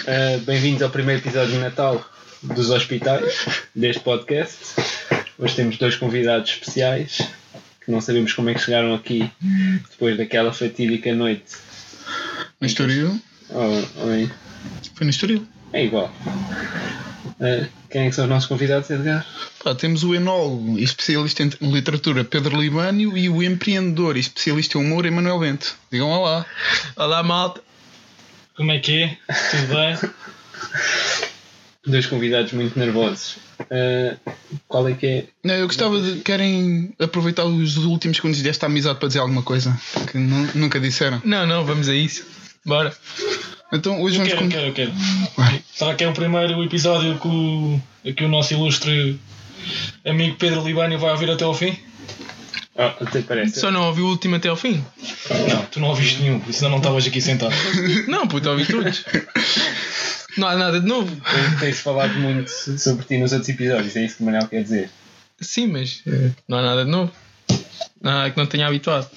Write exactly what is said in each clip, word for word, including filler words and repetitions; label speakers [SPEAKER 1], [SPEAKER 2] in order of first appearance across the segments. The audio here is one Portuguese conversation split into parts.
[SPEAKER 1] Uh, bem-vindos ao primeiro episódio de Natal dos Hospitais, deste podcast. Hoje temos dois convidados especiais que não sabemos como é que chegaram aqui depois daquela fatídica noite.
[SPEAKER 2] No Estoril?
[SPEAKER 1] Oh, oh,
[SPEAKER 2] Foi no Estoril.
[SPEAKER 1] É igual. Uh, quem é que são os nossos convidados, Edgar?
[SPEAKER 2] Pá, temos o enólogo e especialista em literatura Pedro Libânio e o empreendedor e especialista em humor Emanuel Bento. Digam olá.
[SPEAKER 3] Olá, malta. Como é que é? Tudo bem?
[SPEAKER 1] Dois convidados muito nervosos. Uh, qual é que é?
[SPEAKER 2] Não, eu gostava de... Querem aproveitar os últimos segundos desta amizade para dizer alguma coisa que nu- nunca disseram?
[SPEAKER 3] Não, não, vamos a isso. Bora.
[SPEAKER 2] Então hoje
[SPEAKER 4] Eu
[SPEAKER 2] vamos...
[SPEAKER 4] quero,
[SPEAKER 2] com-
[SPEAKER 4] quero, quero. Será que é o primeiro episódio que o, que o nosso ilustre amigo Pedro Libânio vai ouvir até ao fim?
[SPEAKER 1] Ah, até parece.
[SPEAKER 3] Só não ouvi o último até ao fim?
[SPEAKER 4] Não, tu não ouviste nenhum, por isso ainda não estavas aqui sentado.
[SPEAKER 3] Não, puto, ouvi todos. Não há nada de novo.
[SPEAKER 1] Tem- Tem-se falado muito sobre ti nos outros episódios, é isso que o Manuel quer dizer.
[SPEAKER 3] Sim, mas eh, não há nada de novo. Não há nada que não tenha habituado.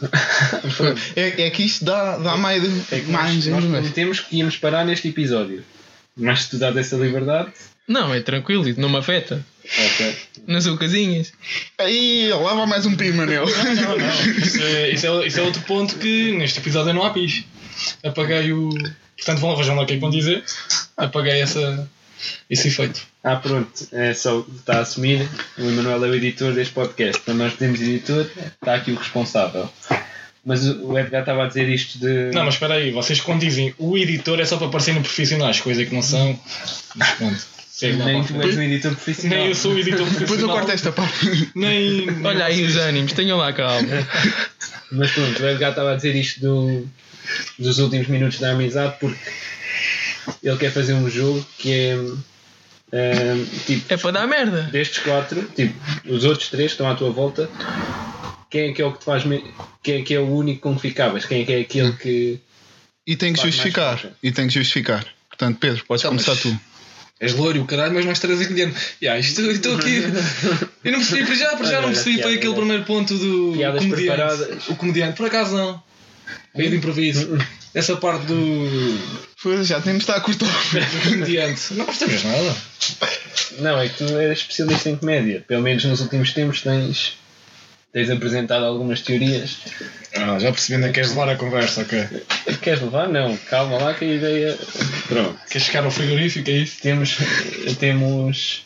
[SPEAKER 2] É, é que isto dá, dá mais...
[SPEAKER 1] É que
[SPEAKER 2] mais
[SPEAKER 1] nós, nós prometemos que íamos parar neste episódio, mas se tu dás essa liberdade,
[SPEAKER 3] Não, é tranquilo, não me afeta.
[SPEAKER 1] ok.
[SPEAKER 3] Não sou casinhas.
[SPEAKER 2] Aí, lá vai mais um pi, Manel.
[SPEAKER 4] Não, não. Isso é, isso, é, isso é outro ponto que neste episódio não há pis. Apaguei o. Portanto, vão, vejam lá o que é que vão dizer. Apaguei essa, esse efeito.
[SPEAKER 1] Ah, pronto, é só está a assumir. O Emanuel é o editor deste podcast. Quando nós temos editor, está aqui o responsável. Mas o o Edgar estava a dizer isto de.
[SPEAKER 4] Não, mas espera aí, vocês quando dizem o editor é só para parecerem profissionais, coisa que não são. Mas pronto. Segue lá
[SPEAKER 1] Nem
[SPEAKER 4] para a
[SPEAKER 1] tu
[SPEAKER 4] frente.
[SPEAKER 1] és o editor profissional.
[SPEAKER 4] Nem eu sou o editor profissional.
[SPEAKER 2] Depois eu corto esta parte.
[SPEAKER 4] Nem. nem
[SPEAKER 3] Olha aí
[SPEAKER 4] vocês.
[SPEAKER 3] os ânimos, tenham lá calma.
[SPEAKER 1] Mas pronto, o Edgar estava a dizer isto do, dos últimos minutos da amizade porque ele quer fazer um jogo que é. ah, tipo,
[SPEAKER 3] É para dar merda.
[SPEAKER 1] destes quatro, tipo, os outros três que estão à tua volta, quem é que é o que te faz. Me... Quem é que é o único com que ficavas? Quem é que é aquele que.
[SPEAKER 2] E tem que
[SPEAKER 1] Faz mais
[SPEAKER 2] justificar.
[SPEAKER 1] força.
[SPEAKER 2] E tem que justificar. Portanto, Pedro, podes
[SPEAKER 4] Então,
[SPEAKER 2] começar
[SPEAKER 4] mas-
[SPEAKER 2] tu.
[SPEAKER 4] És loiro e o caralho, mas mais três Guilherme. Yeah, isto, estou aqui. Eu não percebi, para já, para já
[SPEAKER 1] Olha,
[SPEAKER 4] não percebi.
[SPEAKER 1] olha,
[SPEAKER 4] Foi
[SPEAKER 1] piada,
[SPEAKER 4] aquele
[SPEAKER 1] olha.
[SPEAKER 4] primeiro ponto do
[SPEAKER 1] Piadas
[SPEAKER 4] comediante.
[SPEAKER 1] preparadas.
[SPEAKER 4] O comediante, por acaso não. Veio de improviso. Essa parte do,
[SPEAKER 2] Foi, já temos de estar a cortar.
[SPEAKER 4] do comediante. Não percebes nada.
[SPEAKER 1] Não, é que tu és especialista em comédia. Pelo menos nos últimos tempos tens, tens apresentado algumas teorias.
[SPEAKER 4] Ah, já percebi, ainda queres levar a conversa, ok?
[SPEAKER 1] Queres levar? Não, calma lá que a ideia. Pronto.
[SPEAKER 4] Queres chegar ao frigorífico, é isso?
[SPEAKER 1] Temos. Temos.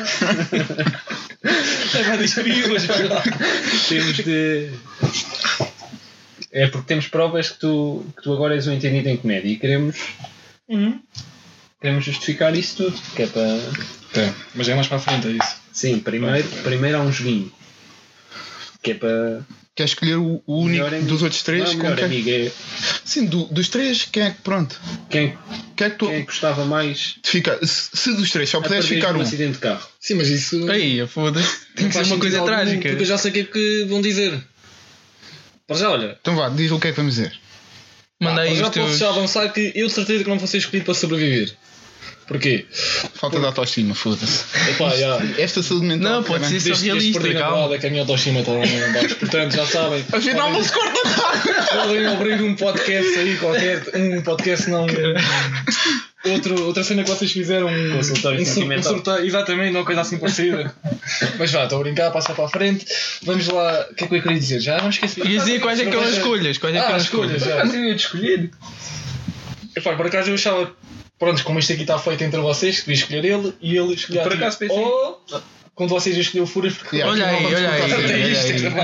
[SPEAKER 4] Vai distrair, mas vai lá.
[SPEAKER 1] temos de. É porque temos provas que tu, que tu agora és um entendido em comédia e queremos.
[SPEAKER 4] Uhum.
[SPEAKER 1] Queremos justificar isso tudo. Que é para.
[SPEAKER 4] É, mas é mais para a frente, é isso.
[SPEAKER 1] Sim, primeiro, primeiro há um joguinho. Que é para.
[SPEAKER 2] Quer escolher o, o único
[SPEAKER 1] Melhor amigo.
[SPEAKER 2] dos outros três?
[SPEAKER 1] Não,
[SPEAKER 2] com
[SPEAKER 1] melhor
[SPEAKER 2] quem?
[SPEAKER 1] amigo é.
[SPEAKER 2] Sim, do- dos três, quem é que pronto?
[SPEAKER 1] Quem,
[SPEAKER 2] Quem é que tu
[SPEAKER 1] quem é que gostava mais
[SPEAKER 2] de ficar? Se, se dos três só
[SPEAKER 1] a
[SPEAKER 2] puderes
[SPEAKER 1] perder
[SPEAKER 2] ficar
[SPEAKER 1] num
[SPEAKER 2] um.
[SPEAKER 1] acidente de carro?
[SPEAKER 4] Sim, mas isso.
[SPEAKER 3] Aí, foda-se. Tem
[SPEAKER 4] não
[SPEAKER 3] que
[SPEAKER 4] faz
[SPEAKER 3] ser uma
[SPEAKER 4] sentido
[SPEAKER 3] coisa
[SPEAKER 4] algum,
[SPEAKER 3] trágica.
[SPEAKER 4] Porque eu já sei o que é que vão dizer. Para já, olha.
[SPEAKER 2] Então vá, diz o que é que vamos dizer.
[SPEAKER 3] Manda
[SPEAKER 4] Ah,
[SPEAKER 3] aí
[SPEAKER 4] já
[SPEAKER 3] os teus.
[SPEAKER 4] posso já avançar que eu de certeza que não vou ser escolhido para sobreviver. Porquê?
[SPEAKER 2] Falta de autoestima, foda-se.
[SPEAKER 4] Epá, já.
[SPEAKER 2] Esta saúde mental.
[SPEAKER 3] Não, pode
[SPEAKER 2] caralho.
[SPEAKER 3] ser
[SPEAKER 4] Desde, desde
[SPEAKER 3] realista,
[SPEAKER 4] perdi a
[SPEAKER 3] calma.
[SPEAKER 4] namorada que a minha autoestima está lá em baixo. Portanto, já sabem.
[SPEAKER 2] Afinal não
[SPEAKER 4] podem,
[SPEAKER 2] se corta nada.
[SPEAKER 4] podem abrir um podcast aí qualquer. Um podcast não. Outro, outra cena que vocês fizeram. Um
[SPEAKER 1] Consultório
[SPEAKER 4] um, sur- um
[SPEAKER 1] sentimental.
[SPEAKER 4] sorteio, exatamente, uma coisa assim parecida. Mas vá, estou a brincar, passa para a frente. Vamos lá. O que é que eu queria dizer? Já não esqueci.
[SPEAKER 3] E dizer quais é que eram as escolhas. Quais é que
[SPEAKER 4] Ah,
[SPEAKER 3] eram
[SPEAKER 4] as
[SPEAKER 3] as escolhas.
[SPEAKER 4] escolhas, já.
[SPEAKER 1] Assim eu ia te escolher.
[SPEAKER 4] Epá, por acaso eu achava, pronto, como isto aqui está feito entre vocês, que devia escolher ele e ele escolher
[SPEAKER 1] Por
[SPEAKER 4] a ti.
[SPEAKER 1] acaso pensei-
[SPEAKER 4] Ou quando vocês escolheram o Fúrias, porque
[SPEAKER 2] Yeah.
[SPEAKER 3] Olha aí,
[SPEAKER 4] afinal
[SPEAKER 3] olha
[SPEAKER 4] vamos
[SPEAKER 3] aí,
[SPEAKER 4] cortar até
[SPEAKER 3] olha
[SPEAKER 4] isto,
[SPEAKER 3] aí.
[SPEAKER 4] esta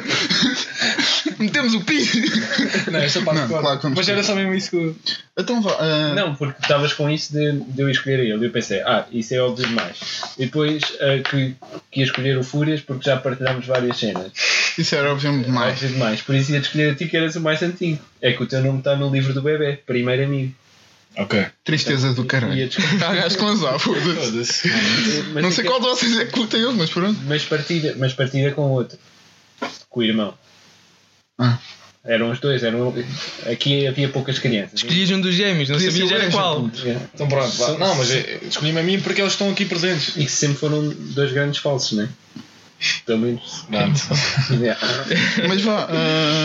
[SPEAKER 4] parte.
[SPEAKER 2] Metemos o pi.
[SPEAKER 4] Não, esta parte
[SPEAKER 2] Não,
[SPEAKER 4] corta.
[SPEAKER 2] claro que vamos
[SPEAKER 4] Mas era só mesmo isso que eu...
[SPEAKER 2] Então vá. ah,
[SPEAKER 1] Não, porque estavas com isso de, de eu escolher ele. Eu pensei, ah, isso é óbvio demais. E depois ah, que, que ia escolher o Fúrias porque já partilhámos várias cenas.
[SPEAKER 2] Isso era obviamente demais.
[SPEAKER 1] Óbvio demais. Por isso ia-te escolher a ti que eras o mais antigo. É que o teu nome está no livro do bebê, primeiro amigo.
[SPEAKER 4] Ok.
[SPEAKER 2] Tristeza do caralho.
[SPEAKER 1] Ia-te
[SPEAKER 2] Há gajos com azar, foda-se.
[SPEAKER 4] Foda-se.
[SPEAKER 1] Mas
[SPEAKER 2] Não sei
[SPEAKER 1] fica-
[SPEAKER 2] qual de vocês é que curta ele, mas pronto.
[SPEAKER 1] Mas partilha, mas partilha com o outro. Com o irmão.
[SPEAKER 2] Ah.
[SPEAKER 1] Eram os dois. Eram... Aqui havia poucas crianças.
[SPEAKER 3] Escolhias um dos gêmeos, não
[SPEAKER 2] Podia
[SPEAKER 3] sabias
[SPEAKER 2] ser o
[SPEAKER 3] era
[SPEAKER 2] Anja,
[SPEAKER 3] qual.
[SPEAKER 1] É.
[SPEAKER 4] Então pronto, vá. Não, mas é- escolhi-me a mim porque eles estão aqui presentes.
[SPEAKER 1] E que sempre foram dois grandes falsos, não é? Pelo menos.
[SPEAKER 4] Pronto.
[SPEAKER 1] Yeah.
[SPEAKER 2] Mas vá, ah,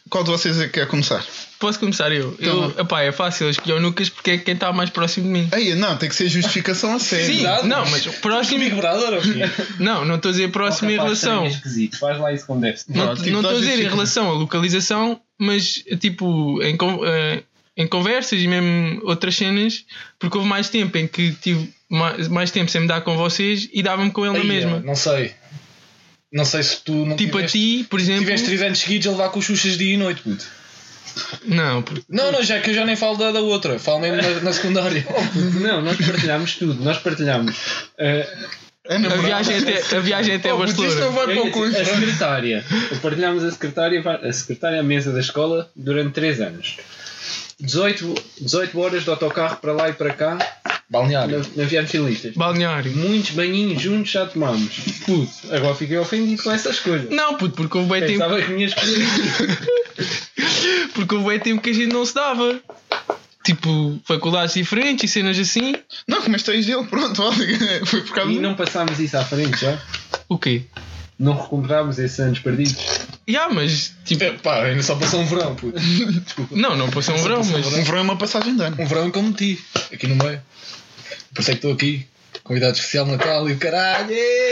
[SPEAKER 2] qual de vocês é que quer começar?
[SPEAKER 3] Posso começar eu?
[SPEAKER 2] Então,
[SPEAKER 3] eu epá, é fácil, eu escolhi o Nucas porque é quem está mais próximo de mim.
[SPEAKER 2] Ei, não, tem que ser justificação a sério.
[SPEAKER 3] Sim,
[SPEAKER 4] Verdade,
[SPEAKER 3] não,
[SPEAKER 4] mas-
[SPEAKER 3] mas próximo.
[SPEAKER 4] Big Brother, ou quê?
[SPEAKER 3] Não, não estou a dizer próximo em
[SPEAKER 1] Rapaz,
[SPEAKER 3] relação.
[SPEAKER 1] estranho, esquisito. Faz lá isso como deve ser.
[SPEAKER 3] Não
[SPEAKER 2] Não, tipo,
[SPEAKER 3] não
[SPEAKER 2] dá
[SPEAKER 3] estou a dizer em
[SPEAKER 2] justificação.
[SPEAKER 3] relação à localização, mas tipo em, con- eh, em conversas e mesmo outras cenas, porque houve mais tempo em que tive mais, mais tempo sem me dar com vocês e dava-me com ele na
[SPEAKER 4] Aí,
[SPEAKER 3] mesma.
[SPEAKER 4] Não sei. Não sei se tu não
[SPEAKER 3] Tipo a
[SPEAKER 4] tiveste,
[SPEAKER 3] ti, por exemplo.
[SPEAKER 4] tiveste três anos seguidos a levar com os xuxas dia e noite, puto.
[SPEAKER 3] Não, porque-
[SPEAKER 4] Não, não, já que eu já nem falo da, da outra. Falo mesmo na, na secundária.
[SPEAKER 1] Não, nós partilhámos tudo. Nós partilhámos uh,
[SPEAKER 2] É
[SPEAKER 3] a
[SPEAKER 2] namorado.
[SPEAKER 3] viagem até, a viagem até
[SPEAKER 4] Oh, puto, isto não
[SPEAKER 3] Barcelona.
[SPEAKER 4] vai para o cu.
[SPEAKER 1] a secretária. Partilhámos a secretária, a secretária à mesa da escola durante três anos. dezoito, dezoito horas de autocarro para lá e para cá
[SPEAKER 4] Balneário.
[SPEAKER 1] na, na viagem finalistas.
[SPEAKER 3] Balneário.
[SPEAKER 1] Muitos banhinhos juntos já tomámos. Puto, agora fiquei ofendido com essa escolha.
[SPEAKER 3] Não, puto, porque houve bem tempo,
[SPEAKER 1] Pensava que me ia escolher.
[SPEAKER 3] porque houve bem tempo que a gente não se dava. Tipo, faculdades diferentes e cenas assim.
[SPEAKER 2] Não, que mas tens dele, pronto, olha. Foi por causa
[SPEAKER 1] E
[SPEAKER 2] de...
[SPEAKER 1] não passámos isso à frente já.
[SPEAKER 3] O quê?
[SPEAKER 1] Não recuperámos esses anos perdidos.
[SPEAKER 3] Já, mas tipo.
[SPEAKER 4] É, pá, ainda só passou um verão, puto.
[SPEAKER 3] Não, não passou um verão, mas.
[SPEAKER 2] Um verão é uma passagem de ano.
[SPEAKER 4] Um verão que eu meti. Aqui no meio. Por isso é que estou aqui. Convidado especial de Natal e o caralho.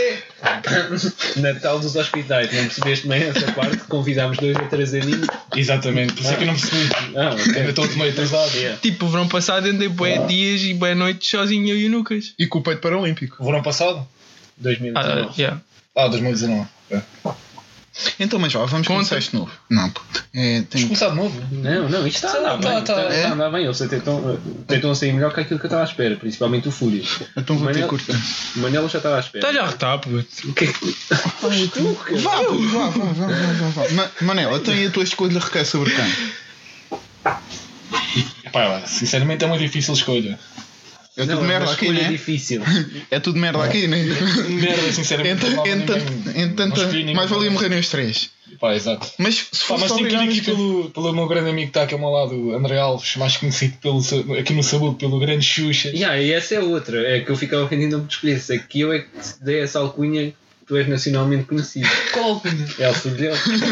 [SPEAKER 1] Natal dos hospitais, não percebeste bem essa parte? Convidámos dois a três aninhos.
[SPEAKER 4] Exatamente, por isso é que eu não percebi.
[SPEAKER 1] Ah, ok.
[SPEAKER 4] Ainda estou meio atrasado.
[SPEAKER 1] Yeah.
[SPEAKER 3] Tipo, o verão passado andei bué dias e bué noites sozinho eu e o Nucas.
[SPEAKER 2] E com o peito paralímpico.
[SPEAKER 4] O verão passado?
[SPEAKER 1] dois mil e
[SPEAKER 3] Ah,
[SPEAKER 1] dezenove.
[SPEAKER 3] yeah.
[SPEAKER 4] Ah, dois mil e dezanove. É.
[SPEAKER 2] Então, mas vá, vamos
[SPEAKER 3] Conta.
[SPEAKER 2] começar isto novo. Não, puto. É,
[SPEAKER 4] Vamos
[SPEAKER 2] tem...
[SPEAKER 4] começar de novo?
[SPEAKER 1] Não, não, isto está a andar
[SPEAKER 4] Tá,
[SPEAKER 1] bem.
[SPEAKER 4] tá.
[SPEAKER 1] Está
[SPEAKER 2] É?
[SPEAKER 1] a andar bem. Eles tentam, tentam sair melhor que aquilo que eu estava à espera, principalmente o Fúria.
[SPEAKER 2] Então vou ter
[SPEAKER 1] Manel-
[SPEAKER 2] curta.
[SPEAKER 1] O Manelo já estava à espera.
[SPEAKER 3] Está já a retar, puto.
[SPEAKER 1] O que é que. Faz tu, cara.
[SPEAKER 2] Vá, puto, vá, vá, vá, vá, vá, vá. Ma- Manela, então e a tua escolha recai sobre quem?
[SPEAKER 4] Pá, sinceramente é uma difícil escolha.
[SPEAKER 2] É tudo
[SPEAKER 1] Não, é
[SPEAKER 2] merda
[SPEAKER 1] uma
[SPEAKER 2] aqui,
[SPEAKER 1] escolha
[SPEAKER 2] né?
[SPEAKER 1] difícil.
[SPEAKER 2] É tudo merda aqui, né?
[SPEAKER 4] Merda, sinceramente.
[SPEAKER 2] Entanto,
[SPEAKER 4] não vale
[SPEAKER 2] entanto,
[SPEAKER 4] ninguém-
[SPEAKER 2] entanto,
[SPEAKER 4] não escolhi ninguém.
[SPEAKER 2] mais valia morrerem os três.
[SPEAKER 4] Pá, exato.
[SPEAKER 2] Mas se
[SPEAKER 4] Pá,
[SPEAKER 2] fosse
[SPEAKER 4] mas tenho que ir
[SPEAKER 2] obrigado a
[SPEAKER 4] aqui
[SPEAKER 2] escolher-
[SPEAKER 4] pelo, pelo meu grande amigo que está aqui ao meu lado, o André Alves, mais conhecido pelo, Sa- aqui no Saúde pelo grande Xuxa.
[SPEAKER 1] Yeah, e essa é outra. É que eu ficava ofendido não me escolhesse. É que eu é que te dei essa alcunha que tu és nacionalmente conhecido.
[SPEAKER 4] Qual alcunha?
[SPEAKER 1] É o Fúria.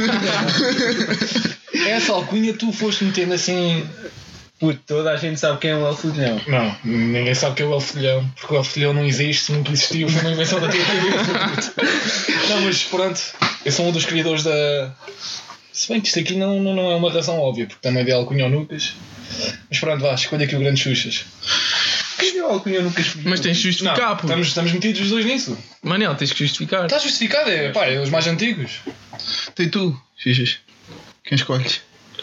[SPEAKER 4] Essa alcunha tu foste metendo assim.
[SPEAKER 1] Puto, toda a gente sabe quem é o Elfudão.
[SPEAKER 4] Não, ninguém sabe que é o Elfilhão, porque o Elfilhão não existe, nunca existiu, foi uma invenção da tua cabeça. Não, mas pronto, eu sou um dos criadores da. Se bem que isto aqui não, não, não é uma razão óbvia, porque também dei alcunha ao Nucas. Mas pronto, vá, escolha aqui o grande Xuxas.
[SPEAKER 1] Quem deu alcunha nunca escolhi.
[SPEAKER 3] Mas tens de justificar,
[SPEAKER 4] Não,
[SPEAKER 3] puto.
[SPEAKER 4] estamos, estamos metidos os dois nisso.
[SPEAKER 3] Manel, tens que justificar.
[SPEAKER 4] Está justificado, é, pá, é os mais antigos.
[SPEAKER 2] Tem tu, Xixas. Quem escolhes?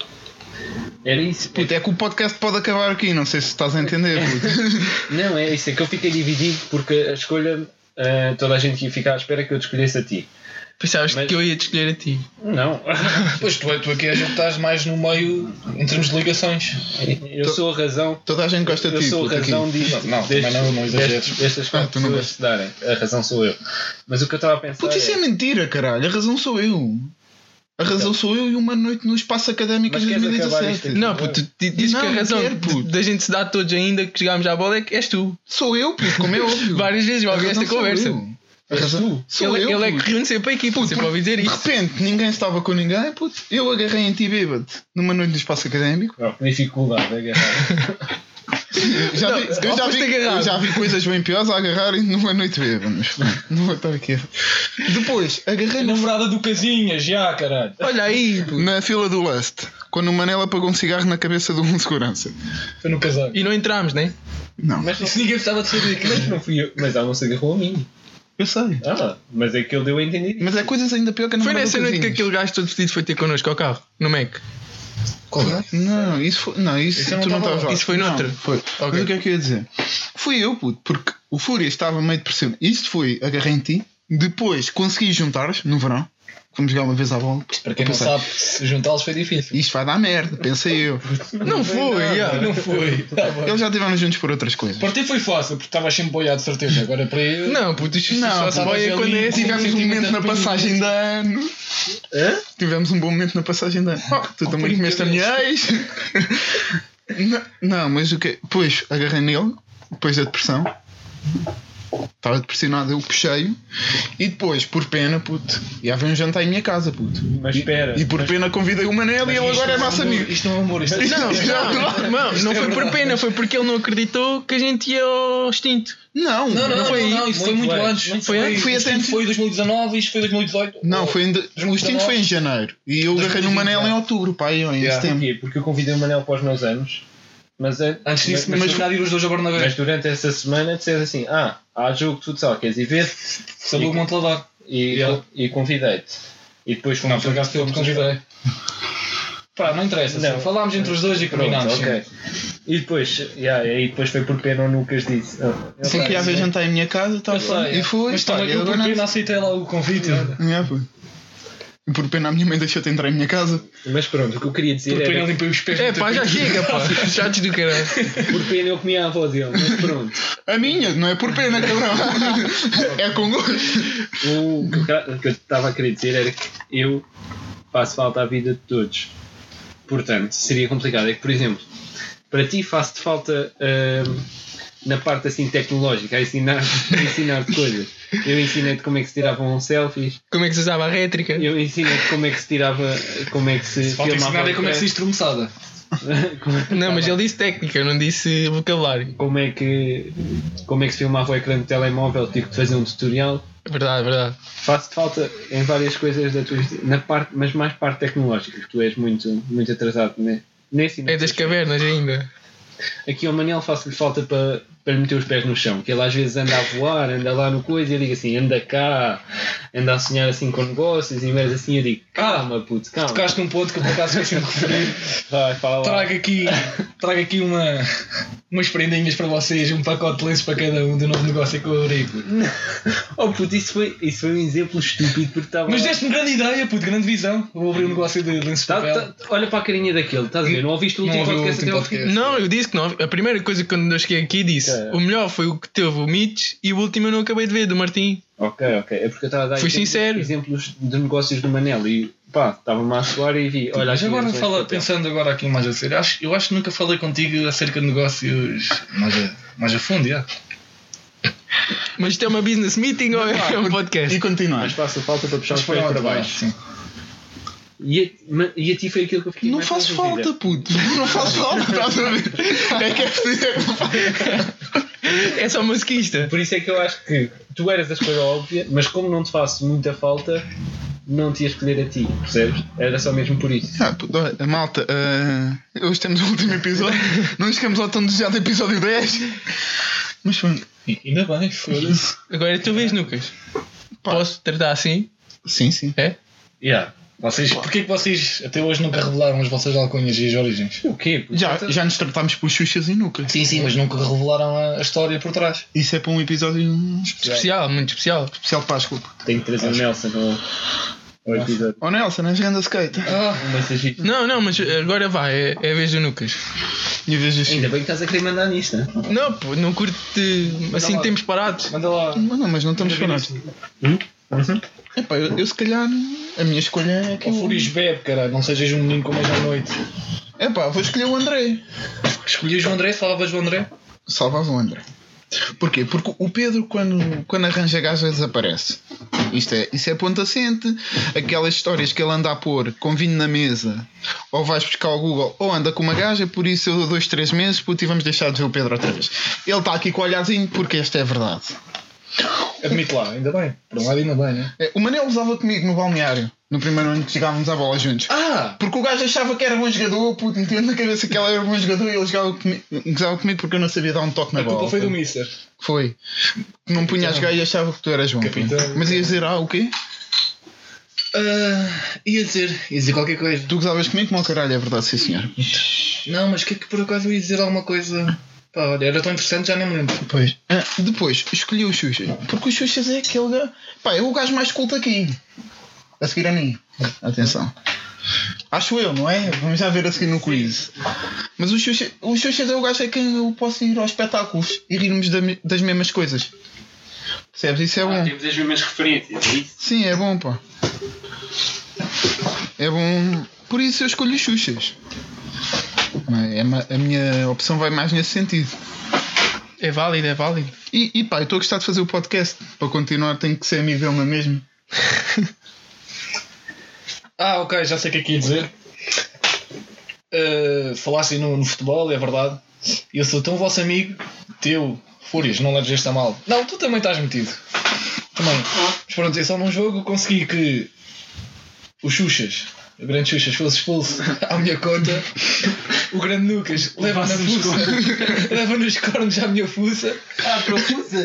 [SPEAKER 1] Era isso.
[SPEAKER 2] Puto, é que o podcast pode acabar aqui, não sei se estás a entender, puto.
[SPEAKER 1] Não, é isso. É que eu fiquei dividido porque a escolha. ah, toda a gente ia ficar à espera que eu te escolhesse a ti.
[SPEAKER 3] Pensavas
[SPEAKER 1] Mas-
[SPEAKER 3] que eu ia te escolher a ti.
[SPEAKER 1] Não.
[SPEAKER 4] Pois tu, tu aqui és o que estás mais no meio em termos de ligações.
[SPEAKER 1] Eu sou a razão.
[SPEAKER 2] Toda a gente gosta de
[SPEAKER 1] Eu
[SPEAKER 2] ti,
[SPEAKER 1] sou a
[SPEAKER 2] puto, aqui.
[SPEAKER 1] razão disto.
[SPEAKER 4] Não,
[SPEAKER 1] destes-
[SPEAKER 4] também não- não exageres.
[SPEAKER 1] destes- Destas
[SPEAKER 2] Ah,
[SPEAKER 1] quatro
[SPEAKER 2] tu não
[SPEAKER 1] pessoas se darem. A razão sou eu. Mas o que eu estava a pensar.
[SPEAKER 2] Puto, isso é mentira, caralho. A razão sou eu. A razão
[SPEAKER 1] Então.
[SPEAKER 2] sou eu e uma noite no espaço académico
[SPEAKER 1] Mas
[SPEAKER 2] em
[SPEAKER 1] queres
[SPEAKER 2] dois mil e
[SPEAKER 1] acabar
[SPEAKER 2] dezassete.
[SPEAKER 1] isto aqui?
[SPEAKER 3] Não, puto, tu di- dizes
[SPEAKER 2] Não,
[SPEAKER 3] que a
[SPEAKER 2] não
[SPEAKER 3] razão
[SPEAKER 2] quero,
[SPEAKER 3] de-
[SPEAKER 2] puto.
[SPEAKER 3] da gente se dar todos ainda que chegámos à bola é que és tu.
[SPEAKER 2] Sou eu, puto, como é óbvio.
[SPEAKER 3] Várias vezes já
[SPEAKER 2] A
[SPEAKER 3] ouvi esta
[SPEAKER 2] razão sou
[SPEAKER 3] conversa.
[SPEAKER 2] eu. A
[SPEAKER 1] És
[SPEAKER 2] razão
[SPEAKER 1] tu.
[SPEAKER 2] sou
[SPEAKER 3] ele
[SPEAKER 2] eu,
[SPEAKER 3] ele é
[SPEAKER 2] puto.
[SPEAKER 3] que reúne sempre a equipa,
[SPEAKER 2] Puto,
[SPEAKER 3] sempre a ouvir dizer
[SPEAKER 2] De
[SPEAKER 3] isso.
[SPEAKER 2] repente, ninguém estava com ninguém, puto. Eu agarrei em ti bêbado numa noite no espaço académico.
[SPEAKER 1] Oh, que dificuldade de agarrar.
[SPEAKER 2] Já
[SPEAKER 3] Não,
[SPEAKER 2] vi, eu, já
[SPEAKER 3] foste
[SPEAKER 2] vi,
[SPEAKER 3] agarrado.
[SPEAKER 2] eu já vi coisas bem piores a agarrarem numa noite bêbada. Mas pronto, não vou estar aqui. Depois, agarrei
[SPEAKER 4] A
[SPEAKER 2] no-
[SPEAKER 4] namorada do Casinhas, já, caralho.
[SPEAKER 3] Olha aí, puto.
[SPEAKER 2] na fila do Lust, quando o Manela apagou um cigarro na cabeça de um segurança.
[SPEAKER 4] Foi no casaco.
[SPEAKER 3] E não entramos, né?
[SPEAKER 2] Não,
[SPEAKER 1] Mas, não,
[SPEAKER 4] Isso ninguém precisava de saber.
[SPEAKER 1] mas não fui eu. Mas ela não se agarrou a mim.
[SPEAKER 2] eu sei.
[SPEAKER 1] Ah, mas é que ele deu a entender.
[SPEAKER 2] Mas é coisas ainda pior que a
[SPEAKER 3] Foi
[SPEAKER 2] namorada
[SPEAKER 3] nessa
[SPEAKER 2] do
[SPEAKER 3] noite que
[SPEAKER 2] Casinhas.
[SPEAKER 3] aquele gajo todo vestido foi ter connosco ao carro, no Mac.
[SPEAKER 4] Qual é?
[SPEAKER 2] Não, isso foi. Não, isso,
[SPEAKER 4] Isso eu não
[SPEAKER 2] tu não
[SPEAKER 4] estava
[SPEAKER 2] estavas
[SPEAKER 4] lá.
[SPEAKER 2] lá.
[SPEAKER 3] Isso foi
[SPEAKER 2] Não,
[SPEAKER 3] noutra?
[SPEAKER 2] Foi.
[SPEAKER 3] Ok.
[SPEAKER 2] Mas o que é que eu ia dizer? Fui eu, puto, porque o Fúria estava meio depressivo. Isto foi, agarrei em ti. Depois consegui juntar-os no verão. Fomos jogar uma vez à bola.
[SPEAKER 4] Para quem não
[SPEAKER 2] Pensei,
[SPEAKER 4] sabe, se juntá-los foi difícil.
[SPEAKER 2] isto vai dar merda, pensei eu.
[SPEAKER 3] Não foi, yeah.
[SPEAKER 4] Não foi. Tá bom.
[SPEAKER 2] Eles já estiveram juntos por outras coisas.
[SPEAKER 4] Para ti foi fácil, porque estavas sempre boiado, de certeza. Agora para eu.
[SPEAKER 3] Não, puto, isto
[SPEAKER 2] Não,
[SPEAKER 3] só se
[SPEAKER 4] estavas
[SPEAKER 3] boia
[SPEAKER 4] ali
[SPEAKER 3] quando é
[SPEAKER 4] com-
[SPEAKER 3] assim.
[SPEAKER 2] Tivemos um
[SPEAKER 4] sentimento
[SPEAKER 2] momento
[SPEAKER 4] de
[SPEAKER 2] na
[SPEAKER 4] arrependimento.
[SPEAKER 2] passagem de ano.
[SPEAKER 1] Hã?
[SPEAKER 2] Tivemos um bom momento na passagem de ano. Oh, tu também
[SPEAKER 4] primo
[SPEAKER 2] comeste a minha ex. não, não, mas o que? Pois agarrei nele, depois da depressão. Estava depressionado, eu puxei-o e depois, por pena, puto, ia haver um jantar em minha casa, puto.
[SPEAKER 1] Mas espera.
[SPEAKER 2] E por
[SPEAKER 1] mas-
[SPEAKER 2] pena convidei o Manel e ele
[SPEAKER 4] Isto
[SPEAKER 2] agora é
[SPEAKER 4] não
[SPEAKER 2] nosso
[SPEAKER 4] amor,
[SPEAKER 2] amigo.
[SPEAKER 4] Isto não é humor, isto é
[SPEAKER 2] Isto
[SPEAKER 3] Não,
[SPEAKER 2] não,
[SPEAKER 3] não, não, não foi por pena, foi porque ele não acreditou que a gente ia ao extinto.
[SPEAKER 2] Não,
[SPEAKER 4] Não, não, não,
[SPEAKER 3] foi
[SPEAKER 4] não,
[SPEAKER 3] aí?
[SPEAKER 4] isso foi muito
[SPEAKER 1] Muito
[SPEAKER 4] antes.
[SPEAKER 1] bem.
[SPEAKER 3] Foi antes?
[SPEAKER 2] Foi
[SPEAKER 4] isto
[SPEAKER 2] até-
[SPEAKER 4] foi em dois mil e dezanove, isto foi em dois mil e dezoito.
[SPEAKER 2] Não,
[SPEAKER 4] ou-
[SPEAKER 2] foi em de... o instinto foi em janeiro e o Garreiro no Manel em outubro, pá, eu em
[SPEAKER 4] Yeah.
[SPEAKER 2] setembro.
[SPEAKER 1] Porquê? Porque eu convidei o Manel para os meus anos, mas, é-
[SPEAKER 4] Antes disso,
[SPEAKER 1] mas,
[SPEAKER 4] mas
[SPEAKER 1] mas,
[SPEAKER 4] mas ir os dois a Bernabé.
[SPEAKER 1] mas durante essa semana disseste assim: ah, há jogo de futsal, queres ir ver?
[SPEAKER 4] Sabe o Monte Ladar.
[SPEAKER 1] E,
[SPEAKER 4] Yeah.
[SPEAKER 1] e convidei-te. E depois
[SPEAKER 4] Não, por acaso foi eu que convidei. Pá, não interessa.
[SPEAKER 1] Não.
[SPEAKER 4] Não. Falámos entre os dois e
[SPEAKER 1] Pronto,
[SPEAKER 4] combinámos.
[SPEAKER 1] ok. E depois, yeah, e depois foi por pena o Lucas disse. Oh, ele
[SPEAKER 2] Sim,
[SPEAKER 1] tá
[SPEAKER 2] que ia haver
[SPEAKER 1] a dizer-
[SPEAKER 2] jantar em minha casa, tá,
[SPEAKER 4] Eu sei,
[SPEAKER 2] e foi.
[SPEAKER 4] mas
[SPEAKER 2] pá,
[SPEAKER 4] também
[SPEAKER 2] e
[SPEAKER 4] eu
[SPEAKER 2] agora
[SPEAKER 4] por
[SPEAKER 2] não-
[SPEAKER 4] pena aceitei lá o convite. olha.
[SPEAKER 2] Yeah, pô. E por pena a minha mãe deixou-te entrar em minha casa.
[SPEAKER 1] Mas pronto, o que eu queria dizer
[SPEAKER 4] Por pena
[SPEAKER 1] era.
[SPEAKER 4] limpei os pés.
[SPEAKER 3] É
[SPEAKER 4] do
[SPEAKER 3] pá, já
[SPEAKER 4] tapete.
[SPEAKER 3] chega, pá. Chatos do caralho.
[SPEAKER 1] Por pena eu comia a avó dele, mas pronto.
[SPEAKER 2] A minha, não é por pena, cabrão. É com gosto.
[SPEAKER 1] O que eu ca- o que eu estava a querer dizer era que eu faço falta à vida de todos. Portanto, seria complicado. É que, por exemplo, para ti faço-te falta hum, na parte assim tecnológica, a ensinar, a ensinar-te coisas. Eu ensinei-te como é que se tiravam selfies,
[SPEAKER 3] Como é que se usava a rétrica?
[SPEAKER 1] eu ensinei-te como é que se tirava, como é que se
[SPEAKER 4] Falta
[SPEAKER 1] filmava
[SPEAKER 4] ensinar é
[SPEAKER 1] o
[SPEAKER 4] como é que se diz tromeçada.
[SPEAKER 1] como,
[SPEAKER 3] Não, mas ele disse técnica, não disse vocabulário.
[SPEAKER 1] como é que como é que se filmava o ecrã do telemóvel, tive que fazer um tutorial.
[SPEAKER 3] Verdade, verdade.
[SPEAKER 1] Faço-te falta em várias coisas da tua na parte, mas mais parte tecnológica, que tu és muito, muito atrasado né? nesse e
[SPEAKER 3] É das
[SPEAKER 1] nessas
[SPEAKER 3] cavernas ainda.
[SPEAKER 1] Aqui ao Manel faço-lhe falta para, para lhe meter os pés no chão, que ele às vezes anda a voar, anda lá no coisa e eu digo assim, anda cá, anda a sonhar assim com negócios e merda assim, eu digo, calma puto, calma.
[SPEAKER 4] Tocaste num ponto que eu por acaso esqueci de referir.
[SPEAKER 1] Vai, fala lá.
[SPEAKER 4] Trago aqui, trago aqui uma, umas prendinhas para vocês, um pacote de lenços para cada um do novo negócio que eu abri. puto.
[SPEAKER 1] Oh puto, isso foi, isso foi um exemplo estúpido porque estava
[SPEAKER 4] Mas
[SPEAKER 1] lá-
[SPEAKER 4] deste-me grande ideia, puto, grande visão. Vou abrir um negócio de lenços de
[SPEAKER 1] Tá-
[SPEAKER 4] papel.
[SPEAKER 1] tá- olha para a carinha daquele, estás a ver? Não ouviste o
[SPEAKER 4] Não
[SPEAKER 1] último
[SPEAKER 4] ouvi o
[SPEAKER 1] podcast até
[SPEAKER 4] último
[SPEAKER 1] ao fim?
[SPEAKER 4] podcast.
[SPEAKER 3] Não, eu disse que não. A primeira coisa que quando eu cheguei aqui disse:
[SPEAKER 1] É.
[SPEAKER 3] o melhor foi o que teve o Mitch e o último eu não acabei de ver, do Martim.
[SPEAKER 1] Ok, ok. É porque eu estava a dar
[SPEAKER 3] Fui
[SPEAKER 1] exemplos,
[SPEAKER 3] sincero.
[SPEAKER 1] exemplos de negócios do Manel e pá, estava-me a soar e vi. Olha,
[SPEAKER 4] Mas
[SPEAKER 1] aqui
[SPEAKER 4] agora
[SPEAKER 1] os
[SPEAKER 4] fala,
[SPEAKER 1] lenços de papel.
[SPEAKER 4] pensando agora aqui mais a sério, acho, eu acho que nunca falei contigo acerca de negócios mais a, mais a fundo, já.
[SPEAKER 3] Mas isto é uma business meeting ou é um podcast?
[SPEAKER 2] E continuar.
[SPEAKER 1] Mas faço falta para puxar
[SPEAKER 4] Mas
[SPEAKER 1] os pés
[SPEAKER 4] pronto,
[SPEAKER 1] para
[SPEAKER 4] vá,
[SPEAKER 1] baixo.
[SPEAKER 4] sim.
[SPEAKER 1] E a, ma- e a ti foi aquilo que eu fiquei
[SPEAKER 2] Não
[SPEAKER 1] mais
[SPEAKER 2] faz
[SPEAKER 1] confundida.
[SPEAKER 2] falta, puto. Não faz falta, estás a ver? É que é preciso. é que não faz.
[SPEAKER 3] É só musiquista.
[SPEAKER 1] Por isso é que eu acho que tu eras a escolha óbvia, mas como não te faço muita falta, não te ia escolher a ti, percebes? Era só mesmo por isso.
[SPEAKER 2] Ah, puto, olha, malta, ah, hoje temos o último episódio. Não chegamos ao tão desejado episódio dez. Mas foi.
[SPEAKER 4] E- Ainda bem, foda-se.
[SPEAKER 3] Agora tu vês, Lucas.
[SPEAKER 2] Pá.
[SPEAKER 3] Posso tratar assim?
[SPEAKER 2] Sim, sim.
[SPEAKER 3] É?
[SPEAKER 4] Yeah. Vocês, porquê que vocês até hoje nunca revelaram as vossas alcunhas e as origens?
[SPEAKER 1] O quê?
[SPEAKER 2] Já, já nos tratámos por Xuxas e Nuca.
[SPEAKER 4] Sim, sim, mas nunca revelaram a, a história por trás.
[SPEAKER 2] Isso é para um episódio
[SPEAKER 3] Especial, muito especial.
[SPEAKER 2] especial de Páscoa.
[SPEAKER 1] Tenho que trazer o Nelson ao, ao episódio.
[SPEAKER 2] Oh Nelson, és grande skate.
[SPEAKER 4] Ah,
[SPEAKER 1] Um mensagito.
[SPEAKER 3] Não, não, mas agora vai, é, é a vez do Lucas.
[SPEAKER 2] E vejo assim.
[SPEAKER 1] Ainda bem que estás a querer mandar nisto, né?
[SPEAKER 3] Não, pô, não curto assim
[SPEAKER 4] lá.
[SPEAKER 3] tempos parados.
[SPEAKER 4] manda lá.
[SPEAKER 2] Não, não, mas não estamos parados.
[SPEAKER 1] Hum?
[SPEAKER 2] Epá, eu, eu se calhar. A minha escolha é que.
[SPEAKER 4] O
[SPEAKER 2] eu-
[SPEAKER 4] Fúrios bebe, caralho, não sejas um menino como hoje à noite.
[SPEAKER 2] Epá, vou escolher o André.
[SPEAKER 4] Escolhias o André, falavas o André?
[SPEAKER 2] Salvava o André. Porquê? Porque o Pedro, quando, quando arranja gajo, desaparece. Isto é, isso é ponto assente. Aquelas histórias que ele anda a pôr com vinho na mesa, ou vais buscar ao Google, ou anda com uma gaja, por isso eu dou dois, três meses, puto, e vamos deixar de ver o Pedro outra vez. Ele está aqui com o olharzinho, porque esta é verdade.
[SPEAKER 4] Admite lá, ainda bem. Por um lado, ainda bem, né?
[SPEAKER 2] É, o Manel usava comigo no balneário, no primeiro ano que jogávamos à bola juntos.
[SPEAKER 4] Ah!
[SPEAKER 2] Porque o gajo achava que era bom jogador, puto, meteu na cabeça que ele era bom jogador e ele jogava comigo, jogava comigo porque eu não sabia dar um toque na
[SPEAKER 4] A
[SPEAKER 2] bola.
[SPEAKER 4] culpa foi do Mister.
[SPEAKER 2] Foi. Não punha a jogar e achava que tu eras bom.
[SPEAKER 4] Capitão.
[SPEAKER 2] puto. Mas ias dizer, ah, o quê?
[SPEAKER 4] Ah, ia dizer, ia dizer qualquer coisa.
[SPEAKER 2] Tu gozavas comigo como ao caralho, é verdade, sim senhor.
[SPEAKER 4] Não, mas que é que por acaso eu ia dizer alguma coisa? Pá, olha, era tão interessante, já nem me lembro.
[SPEAKER 2] Pois. Ah, depois, escolhi o Xuxa. Porque o Xuxas é aquele gajo. Pá, é o gajo mais culto aqui. A seguir a mim. Atenção. Acho eu, não é? Vamos já ver a seguir no quiz. Mas o Xuxa, o Xuxas é o gajo a quem eu posso ir aos espetáculos e rirmos da me- das mesmas coisas. Percebes? Isso é
[SPEAKER 1] Ah,
[SPEAKER 2] bom.
[SPEAKER 1] temos as mesmas referências, é isso?
[SPEAKER 2] Sim, é bom, pá. É bom. Por isso eu escolho os Xuxas. Não é? É ma- a minha opção vai mais nesse sentido.
[SPEAKER 3] É válido, é válido.
[SPEAKER 2] E, e pá, eu estou a gostar de fazer o podcast. Para continuar tenho que ser amigo dele, não é mesmo?
[SPEAKER 4] Ah, ok, já sei o que é que ia dizer. Uh, falaste aí no, no futebol, é verdade. Eu sou tão vosso amigo, teu, Fúrias, não leves este a mal. Não, tu também estás metido. Também. Mas pronto, eu só num jogo consegui que o Xuxas, o grande Xuxas, fosse expulso à minha conta. O grande Lucas leva na fuça, leva nos cornos à minha fuça.
[SPEAKER 1] Ah, profusa!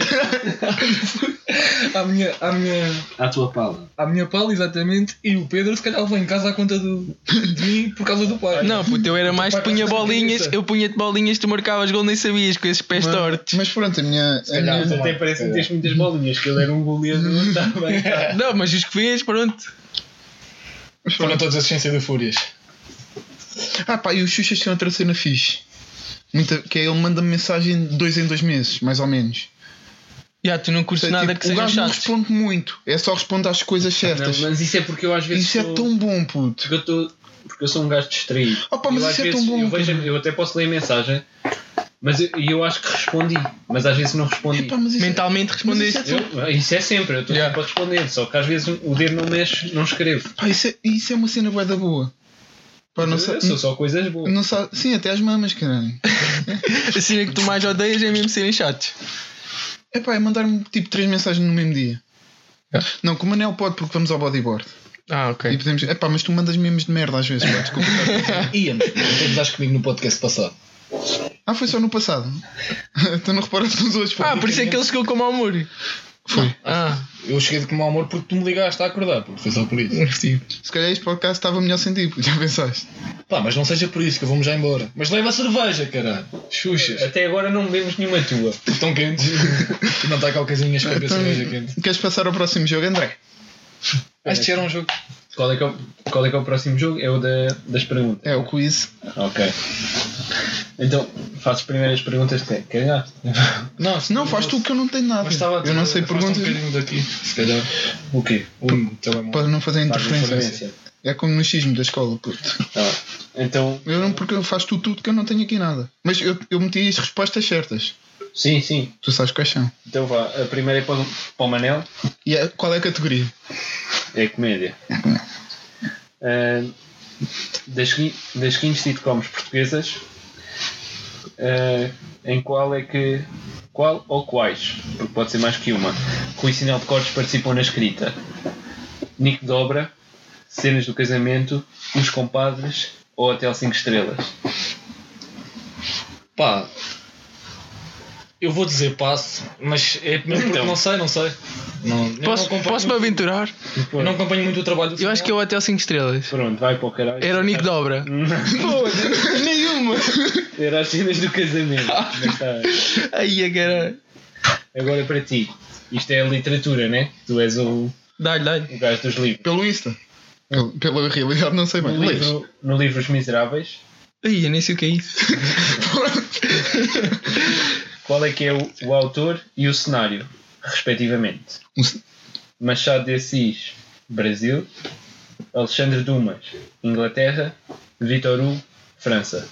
[SPEAKER 4] À minha, à minha,
[SPEAKER 1] À tua pala.
[SPEAKER 4] à minha pala, exatamente. E o Pedro, se calhar, levou em casa à conta do, de mim por causa do pai.
[SPEAKER 3] Não, puto, eu era mais
[SPEAKER 4] pai
[SPEAKER 3] punha
[SPEAKER 4] gosta de
[SPEAKER 3] bolinhas,
[SPEAKER 4] cabeça.
[SPEAKER 3] eu punha-te bolinhas, tu marcavas gol, nem sabias com esses pés
[SPEAKER 2] Mas,
[SPEAKER 3] tortos.
[SPEAKER 2] mas pronto, a minha. A
[SPEAKER 4] calhar,
[SPEAKER 2] minha
[SPEAKER 4] também.
[SPEAKER 1] Até parece que meteste muitas bolinhas, que ele era um goleador, está bem. Tá.
[SPEAKER 3] Não, mas os que fez, pronto.
[SPEAKER 2] mas
[SPEAKER 4] Foram
[SPEAKER 2] pronto.
[SPEAKER 4] todos a assistência do Fúrias.
[SPEAKER 2] Ah pá, e o Xuxas tem outra cena fixe. Muita, que é ele manda-me mensagem de dois em dois meses, mais ou menos.
[SPEAKER 3] Já, tu não curtes
[SPEAKER 2] Tipo,
[SPEAKER 3] nada que
[SPEAKER 2] o
[SPEAKER 3] seja
[SPEAKER 2] gajo não
[SPEAKER 3] chato.
[SPEAKER 2] responde muito, é só responde às coisas certas.
[SPEAKER 1] Não, mas isso é porque eu às vezes
[SPEAKER 2] Isso é
[SPEAKER 1] sou-
[SPEAKER 2] tão bom, puto.
[SPEAKER 1] Porque eu, tô, porque eu sou um gajo distraído.
[SPEAKER 2] Oh, pá, mas
[SPEAKER 1] eu,
[SPEAKER 2] isso
[SPEAKER 1] às
[SPEAKER 2] é tão
[SPEAKER 1] vezes,
[SPEAKER 2] bom,
[SPEAKER 1] Eu, vejo-
[SPEAKER 2] cara.
[SPEAKER 1] eu até posso ler a mensagem, mas eu, e eu acho que respondi. Mas às vezes não respondi.
[SPEAKER 2] Epá, mas isso é-
[SPEAKER 3] Mentalmente respondeste.
[SPEAKER 2] Mas isso
[SPEAKER 1] Eu- isso é sempre, eu estou
[SPEAKER 3] Yeah.
[SPEAKER 1] sempre a responder. Só que às vezes o dedo não mexe, não escrevo.
[SPEAKER 2] Pá, isso, é, isso é uma cena bué da boa. Pá, não
[SPEAKER 1] Eu
[SPEAKER 2] sa-
[SPEAKER 1] sou só coisas boas.
[SPEAKER 2] não sa- Sim, até as mamas, caralho.
[SPEAKER 3] A cena que tu mais odeias é mesmo serem chatos.
[SPEAKER 2] É pá, é mandar-me tipo três mensagens no mesmo dia.
[SPEAKER 3] Yeah.
[SPEAKER 2] Não, com o Manel pode porque vamos ao bodyboard.
[SPEAKER 3] Ah,
[SPEAKER 2] E
[SPEAKER 3] ok.
[SPEAKER 2] podemos. É pá, mas tu mandas memes de merda às vezes, pá, desculpa.
[SPEAKER 4] Íamos, tu usaste comigo no podcast passado.
[SPEAKER 2] Ah, foi só no passado. Tu não reparaste nos outros, pá.
[SPEAKER 3] Ah, por isso é que ele chegou com mau humor.
[SPEAKER 2] Foi.
[SPEAKER 3] Ah,
[SPEAKER 4] Eu cheguei de mau amor porque tu me ligaste a acordar, porque foi só por isso.
[SPEAKER 3] sim.
[SPEAKER 2] Se calhar este podcast estava melhor sem ti, já pensaste.
[SPEAKER 4] Pá, mas não seja por isso que vamos já embora. Mas leva a cerveja, caralho. Xuxas.
[SPEAKER 1] Até agora não bebemos nenhuma tua.
[SPEAKER 4] Estão quentes. E não está cá o casinho a escrever
[SPEAKER 2] Então,
[SPEAKER 4] cerveja quente.
[SPEAKER 2] queres passar ao próximo jogo, André?
[SPEAKER 4] Acho que era um jogo.
[SPEAKER 1] Qual é que é o, qual é, que é o próximo jogo? É o da, das perguntas.
[SPEAKER 2] É o quiz.
[SPEAKER 1] Ok. Então, faço as primeiras perguntas que cagaste.
[SPEAKER 4] Não,
[SPEAKER 2] Não, faz tu que eu não tenho nada.
[SPEAKER 4] Mas estava a
[SPEAKER 2] eu não sei
[SPEAKER 4] afasta
[SPEAKER 2] perguntas.
[SPEAKER 4] um bocadinho daqui, se calhar.
[SPEAKER 1] O quê?
[SPEAKER 4] O telemóvel.
[SPEAKER 2] Para não fazer
[SPEAKER 1] Faz
[SPEAKER 2] interferência.
[SPEAKER 1] interferência.
[SPEAKER 2] É como no xismo da escola, puto.
[SPEAKER 1] Tá. Então,
[SPEAKER 2] Eu não, porque faz tu tudo que eu não tenho aqui nada. Mas eu, eu meti as respostas certas.
[SPEAKER 1] sim, sim.
[SPEAKER 2] Tu sabes quais são.
[SPEAKER 1] Então vá. A primeira é para o, para o Manel.
[SPEAKER 2] E a- qual é a categoria?
[SPEAKER 1] É comédia. Ah, das, segui- das seguintes sitcoms portuguesas, ah, em qual é que. Qual ou quais? Porque pode ser mais que uma. Rui Sinel de Cortes participou na escrita. Nico Dobra, Cenas do Casamento, Os Compadres ou Hotel cinco Estrelas?
[SPEAKER 4] Pá, eu vou dizer passo, mas é mesmo porque
[SPEAKER 1] Então.
[SPEAKER 4] não sei, não sei. Não, eu
[SPEAKER 3] Posso,
[SPEAKER 4] não acompanho
[SPEAKER 3] posso-me
[SPEAKER 4] muito-
[SPEAKER 3] aventurar?
[SPEAKER 4] eu não acompanho muito o trabalho do
[SPEAKER 3] Eu acho que é o Hotel cinco Estrelas.
[SPEAKER 1] Pronto, vai para o caralho.
[SPEAKER 3] Era o Nico Dobra. Pô, nenhuma.
[SPEAKER 1] Era as Cenas do Casamento. Mas está.
[SPEAKER 3] Aí a cara.
[SPEAKER 1] Agora para ti. Isto é a literatura, né? Tu és o,
[SPEAKER 3] Dá-lhe, dá-lhe.
[SPEAKER 1] o gajo dos livros.
[SPEAKER 2] Pelo Insta. Pel- Pela realidade não sei bem.
[SPEAKER 1] No
[SPEAKER 2] Lês?
[SPEAKER 1] livro, no livro Os Miseráveis,
[SPEAKER 3] Aí, eu nem sei o que é isso.
[SPEAKER 1] qual é que é o, o autor e o cenário, respectivamente?
[SPEAKER 2] Um ce-
[SPEAKER 1] Machado de Assis, Brasil. Alexandre Dumas, Inglaterra. Victor Hugo, França.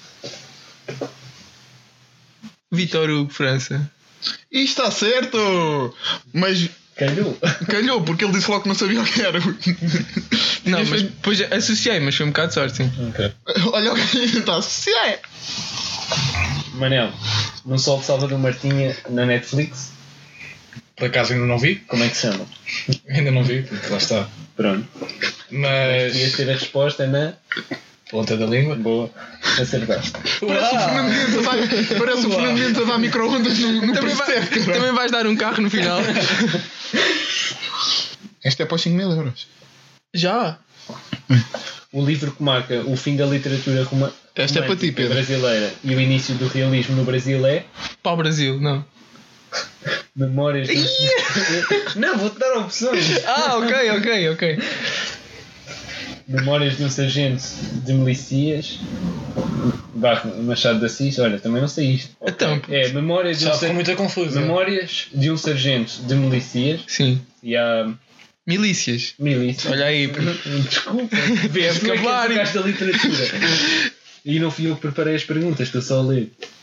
[SPEAKER 3] Vitor Hugo, França.
[SPEAKER 2] E está certo! Mas
[SPEAKER 1] Calhou.
[SPEAKER 2] calhou, porque ele disse logo que não sabia o que era.
[SPEAKER 3] Não, mas depois associei, mas foi um bocado de sorte, sim.
[SPEAKER 1] Ok.
[SPEAKER 2] Olha o que está se é.
[SPEAKER 1] Manel, No Sol de Salvador Martinha na Netflix,
[SPEAKER 4] Por acaso ainda não vi,
[SPEAKER 1] como é que se chama?
[SPEAKER 4] ainda não vi, porque lá está.
[SPEAKER 1] Pronto.
[SPEAKER 4] Mas.
[SPEAKER 1] Ias ter a resposta na
[SPEAKER 4] Ponta da língua.
[SPEAKER 1] boa. Acertaste.
[SPEAKER 2] Parece o Fernando Mendes a dar, parece o
[SPEAKER 4] Uau.
[SPEAKER 2] Fernando Mendes a dar micro-ondas no, no
[SPEAKER 3] Também, vai-
[SPEAKER 2] Percebe, caralho.
[SPEAKER 3] também vais dar um carro no final.
[SPEAKER 2] Este é para os cinco mil euros.
[SPEAKER 3] Já.
[SPEAKER 1] O livro que marca o fim da literatura roma-
[SPEAKER 2] Esta é para ti,
[SPEAKER 1] romântica
[SPEAKER 2] Pedro.
[SPEAKER 1] brasileira e o início do realismo no Brasil é
[SPEAKER 3] Para o Brasil, não.
[SPEAKER 1] Memórias de... Não, vou-te dar opções.
[SPEAKER 3] Ah, ok, ok, ok.
[SPEAKER 1] Memórias de um sargento de milícias barra Machado de Assis. Olha, também não sei isto. Ok.
[SPEAKER 3] Então,
[SPEAKER 1] É Memórias de um
[SPEAKER 4] Já ficou
[SPEAKER 1] sar...
[SPEAKER 4] muito confuso.
[SPEAKER 1] Memórias de um sargento de milícias
[SPEAKER 3] Sim.
[SPEAKER 1] e há
[SPEAKER 3] Milícias.
[SPEAKER 1] milícias.
[SPEAKER 3] Olha aí.
[SPEAKER 1] Desculpa, vês, tu é que és o
[SPEAKER 3] vocabulário.
[SPEAKER 1] gajo da literatura. E não fui eu que preparei as perguntas, estou só a ler.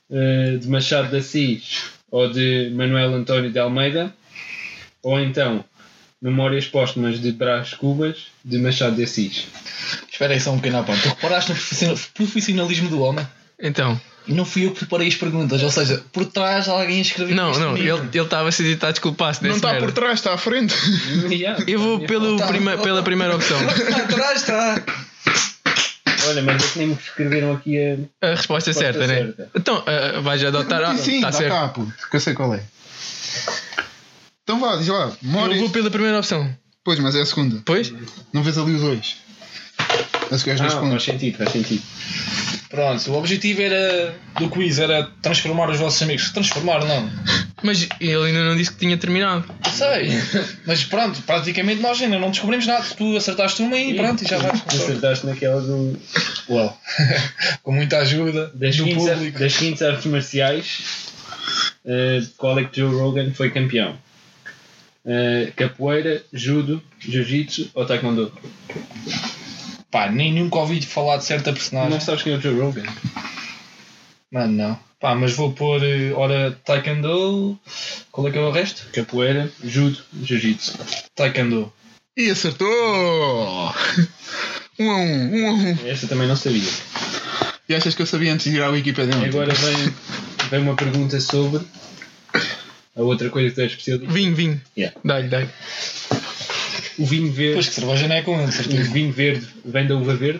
[SPEAKER 1] uh, de Machado de Assis ou de Manuel António de Almeida, ou então Memórias Póstumas de Brás Cubas de Machado de Assis.
[SPEAKER 4] Espera aí só um pequeno à parte. Tu reparaste no profissionalismo do homem?
[SPEAKER 3] Então.
[SPEAKER 4] E não fui eu que preparei as perguntas, ou seja, por trás alguém escreveu.
[SPEAKER 3] Não, não, ele ele estava a se tentar desculpar-se desse
[SPEAKER 2] Não está
[SPEAKER 3] merda.
[SPEAKER 2] por trás, está à frente.
[SPEAKER 3] Eu vou pelo
[SPEAKER 4] Tá.
[SPEAKER 3] prima, pela primeira opção.
[SPEAKER 4] Atrás está.
[SPEAKER 1] Olha, mas é que nem me escreveram aqui a...
[SPEAKER 3] A resposta certa, né?
[SPEAKER 1] certa.
[SPEAKER 3] Então, uh, vais adotar a.
[SPEAKER 2] Sim, sim,
[SPEAKER 3] Tá
[SPEAKER 2] dá
[SPEAKER 3] certo.
[SPEAKER 2] cá, puto, que eu sei qual é. Então vá, diz lá.
[SPEAKER 3] Eu
[SPEAKER 2] Memórias.
[SPEAKER 3] vou pela primeira opção.
[SPEAKER 2] Pois, mas é a segunda.
[SPEAKER 3] Pois?
[SPEAKER 2] Não vês ali os dois. As que és
[SPEAKER 1] Ah,
[SPEAKER 2] dois
[SPEAKER 1] faz
[SPEAKER 2] pontos.
[SPEAKER 1] sentido, faz sentido.
[SPEAKER 4] Pronto, o objetivo era do quiz era transformar os vossos amigos. Transformar, não.
[SPEAKER 3] Mas ele ainda não disse que tinha terminado.
[SPEAKER 4] Eu sei. Mas pronto, praticamente nós ainda não descobrimos nada. Tu acertaste uma e pronto, e já vais.
[SPEAKER 1] Acertaste naquela do...
[SPEAKER 4] Uau. Com muita ajuda
[SPEAKER 1] Das
[SPEAKER 4] do
[SPEAKER 1] seguintes,
[SPEAKER 4] público.
[SPEAKER 1] das seguintes artes marciais, uh, qual é que Joe Rogan foi campeão? Uh, capoeira, judo, jiu-jitsu ou taekwondo?
[SPEAKER 4] Pá, nem nunca ouvi falar de certa personagem.
[SPEAKER 1] Não sabes quem é o Joe Rogan?
[SPEAKER 4] Mano, não. Pá, mas vou pôr, eh, ora, taekwondo. Qual é que é o resto?
[SPEAKER 1] Capoeira, judo, jiu-jitsu.
[SPEAKER 4] Taekwondo.
[SPEAKER 2] E acertou! Um a um, um a um.
[SPEAKER 1] Esta também não sabia.
[SPEAKER 2] E achas que eu sabia antes de ir à Wikipedia?
[SPEAKER 1] E agora vem, vem uma pergunta sobre a outra coisa que tu és especialista.
[SPEAKER 3] Vinho, vinho.
[SPEAKER 1] Yeah.
[SPEAKER 3] Dá-lhe, dá-lhe.
[SPEAKER 1] O vinho verde.
[SPEAKER 4] Pois que cerveja não é com ele,
[SPEAKER 1] O
[SPEAKER 4] certeza.
[SPEAKER 1] vinho verde vem da uva verde?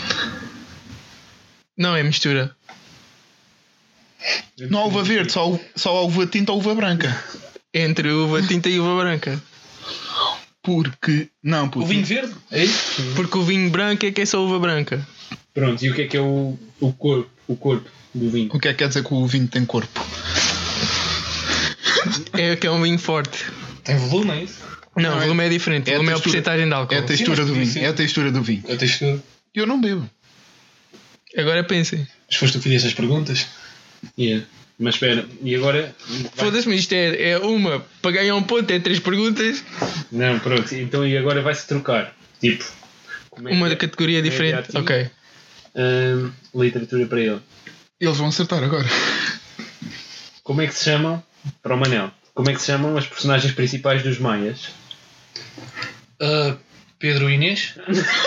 [SPEAKER 3] Não, é mistura.
[SPEAKER 2] Não há uva verde, só, só há uva tinta ou uva branca.
[SPEAKER 3] Entre uva tinta e uva branca.
[SPEAKER 2] Porque. Não,
[SPEAKER 4] O
[SPEAKER 2] puto.
[SPEAKER 4] vinho verde? É isso?
[SPEAKER 3] Porque o vinho branco é que é só uva branca.
[SPEAKER 1] Pronto, e o que é que é o, o corpo? O corpo do vinho?
[SPEAKER 2] O que é que quer dizer que o vinho tem corpo?
[SPEAKER 3] É que é um vinho forte.
[SPEAKER 4] Tem volume, é isso?
[SPEAKER 3] Não,
[SPEAKER 2] Não,
[SPEAKER 3] o
[SPEAKER 2] é-
[SPEAKER 3] volume é diferente.
[SPEAKER 2] é
[SPEAKER 3] O volume é a
[SPEAKER 2] textura-
[SPEAKER 3] porcentagem de álcool.
[SPEAKER 2] É a textura
[SPEAKER 4] mas
[SPEAKER 2] do
[SPEAKER 4] podia
[SPEAKER 2] vinho.
[SPEAKER 4] ser.
[SPEAKER 2] É a textura do vinho.
[SPEAKER 4] Eu textura.
[SPEAKER 2] Eu não bebo.
[SPEAKER 3] Agora pensem.
[SPEAKER 4] Mas foste tu que fizeste as perguntas?
[SPEAKER 1] Yeah. Mas espera, e agora? vai-
[SPEAKER 3] Foda-se-me, isto é, é uma para ganhar um ponto, é três perguntas.
[SPEAKER 1] Não, pronto, então e agora vai-se trocar. Tipo, comédia,
[SPEAKER 3] Uma da categoria
[SPEAKER 1] comédia
[SPEAKER 3] diferente.
[SPEAKER 1] ativa,
[SPEAKER 3] Ok.
[SPEAKER 1] hum, literatura para ele.
[SPEAKER 2] Eles vão acertar agora.
[SPEAKER 1] Como é que se chamam, para o Manel, como é que se chamam as personagens principais dos Maias?
[SPEAKER 4] Ah, Pedro e Inês?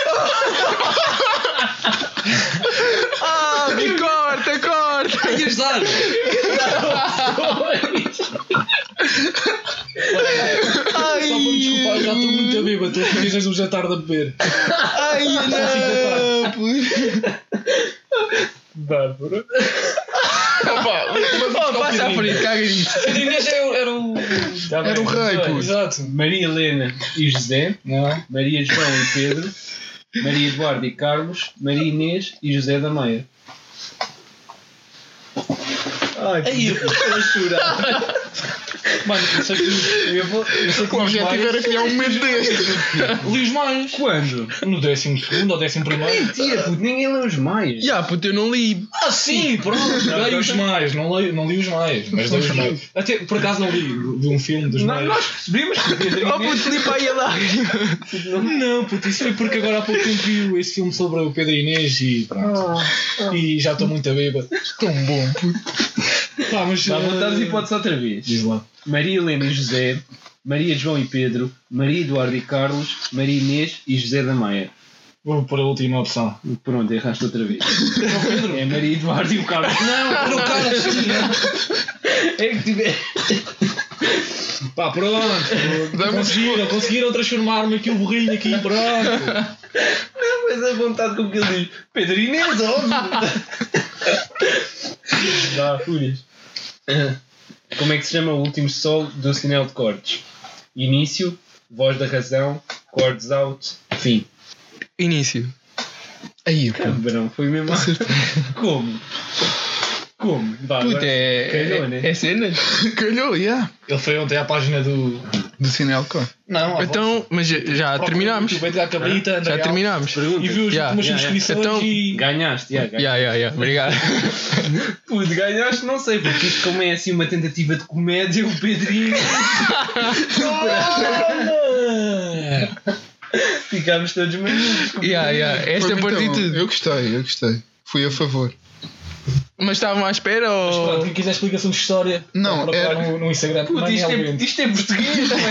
[SPEAKER 3] Ah, corta, corta!
[SPEAKER 4] Ias dar!
[SPEAKER 3] Ai,
[SPEAKER 4] Só para me desculpar, já estou muito a bêbado. Estou aqui desde o jantar de beber.
[SPEAKER 3] ai, não, puto.
[SPEAKER 1] Bárbara.
[SPEAKER 3] Oh, passa à frente, caga nisso.
[SPEAKER 4] Pedro e Inês era o- era o.
[SPEAKER 1] Tá
[SPEAKER 2] Era
[SPEAKER 1] bem,
[SPEAKER 2] o rei,
[SPEAKER 1] olha,
[SPEAKER 2] puto.
[SPEAKER 4] Exato.
[SPEAKER 1] Maria Helena e José,
[SPEAKER 4] Não.
[SPEAKER 1] Maria João e Pedro, Maria Eduardo e Carlos, Maria Inês e José da Maia. Ai,
[SPEAKER 4] Aí,
[SPEAKER 1] eu estou a chorar.
[SPEAKER 4] Mano, eu sei que.
[SPEAKER 1] Eu vou, eu sei que
[SPEAKER 2] O
[SPEAKER 1] os
[SPEAKER 2] objetivo
[SPEAKER 1] Maias-
[SPEAKER 2] era criar um momento deste.
[SPEAKER 4] Li os Maias.
[SPEAKER 1] Quando?
[SPEAKER 4] No décimo segundo ou décimo primeiro.
[SPEAKER 1] Mentira, puto, ninguém lê os Maias.
[SPEAKER 3] Já, puto, eu não li.
[SPEAKER 4] Ah, sim, pronto. Leio os Maias. Não li, não li os Maias, mas leio os Maias. Até por acaso não li de um filme dos
[SPEAKER 1] Não,
[SPEAKER 4] Maias.
[SPEAKER 1] nós percebemos que Pedro
[SPEAKER 3] Oh, puto, li para aí a lágrima.
[SPEAKER 4] Não, puto, isso foi porque agora há pouco tempo vi esse filme sobre o Pedro e Inês e pronto. E já estou muito a bêbado.
[SPEAKER 2] Tão bom, puto.
[SPEAKER 4] Pá, mas.
[SPEAKER 1] Dá vontade de
[SPEAKER 4] eh,
[SPEAKER 1] hipótese outra vez.
[SPEAKER 4] Diz lá.
[SPEAKER 1] Maria Helena e José, Maria João e Pedro, Maria Eduardo e Carlos, Maria Inês e José da Maia.
[SPEAKER 4] Vou pôr a última opção.
[SPEAKER 1] Pronto, erraste outra vez. É Maria Eduardo e o Carlos. Não,
[SPEAKER 4] Era o Carlos, sim.
[SPEAKER 1] é que tiver.
[SPEAKER 4] Pá, pronto. Conseguiram, conseguiram transformar-me aqui o burrinho aqui, pronto.
[SPEAKER 1] Não, mas a vontade com que ele diz. Pedro Inês, óbvio. Dá fúrias. Como é que se chama o último sol do sinal de cortes? Início, voz da razão, chords out, fim.
[SPEAKER 3] Início.
[SPEAKER 2] Aí, pô.
[SPEAKER 1] Cabrão, foi mesmo. Como? Como? Vá,
[SPEAKER 3] Puto,
[SPEAKER 1] agora-
[SPEAKER 3] é,
[SPEAKER 1] calhou,
[SPEAKER 3] é,
[SPEAKER 1] né?
[SPEAKER 3] é cenas.
[SPEAKER 2] Calhou, já.
[SPEAKER 4] Ele foi ontem à página do.
[SPEAKER 2] Do Sinal de Cor.
[SPEAKER 4] Não, à
[SPEAKER 3] Então, mas já- já terminámos.
[SPEAKER 4] Vai dar a cabrita,
[SPEAKER 3] Já terminámos.
[SPEAKER 1] Pergunta.
[SPEAKER 4] E viu as
[SPEAKER 3] Já,
[SPEAKER 4] últimas
[SPEAKER 1] já, já.
[SPEAKER 4] subscrições
[SPEAKER 3] Então-
[SPEAKER 4] e.
[SPEAKER 1] Ganhaste, já, ganhaste.
[SPEAKER 3] Já, já, já. Obrigado.
[SPEAKER 1] Puto, ganhaste, não sei, porque isto como é assim uma tentativa de comédia, o Pedrinho. Ficámos todos malucos.
[SPEAKER 3] Já, já. Esta
[SPEAKER 2] Foi
[SPEAKER 3] parte de
[SPEAKER 2] muito bom.
[SPEAKER 3] tudo.
[SPEAKER 2] Eu gostei, eu gostei. Fui a favor.
[SPEAKER 3] Mas estavam à espera
[SPEAKER 4] Mas pronto,
[SPEAKER 3] ou.
[SPEAKER 4] quem quiser explicação de história,
[SPEAKER 2] Não,
[SPEAKER 4] pode procurar
[SPEAKER 2] é-
[SPEAKER 4] no, no Instagram.
[SPEAKER 3] Puto,
[SPEAKER 4] Manel
[SPEAKER 3] isto, é,
[SPEAKER 4] Bento.
[SPEAKER 3] isto é português, mano.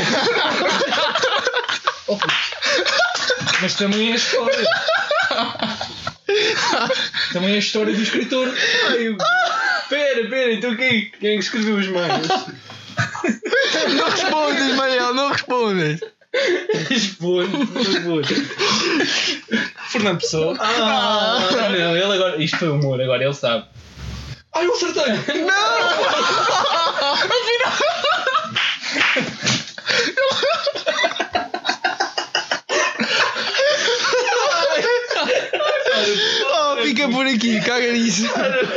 [SPEAKER 4] Oh, puto. Mas também é a história. Também é a história do escritor.
[SPEAKER 1] Pera, pera, então quem, quem é que escreveu os meios?
[SPEAKER 3] Não respondas, Manel, não respondas.
[SPEAKER 1] Responde, por favor.
[SPEAKER 4] Fernando Pessoa.
[SPEAKER 1] Ah, não, ele agora. Isto foi humor, agora ele sabe.
[SPEAKER 4] Ah, eu acertei!
[SPEAKER 3] Oh, fica por aqui, caga nisso.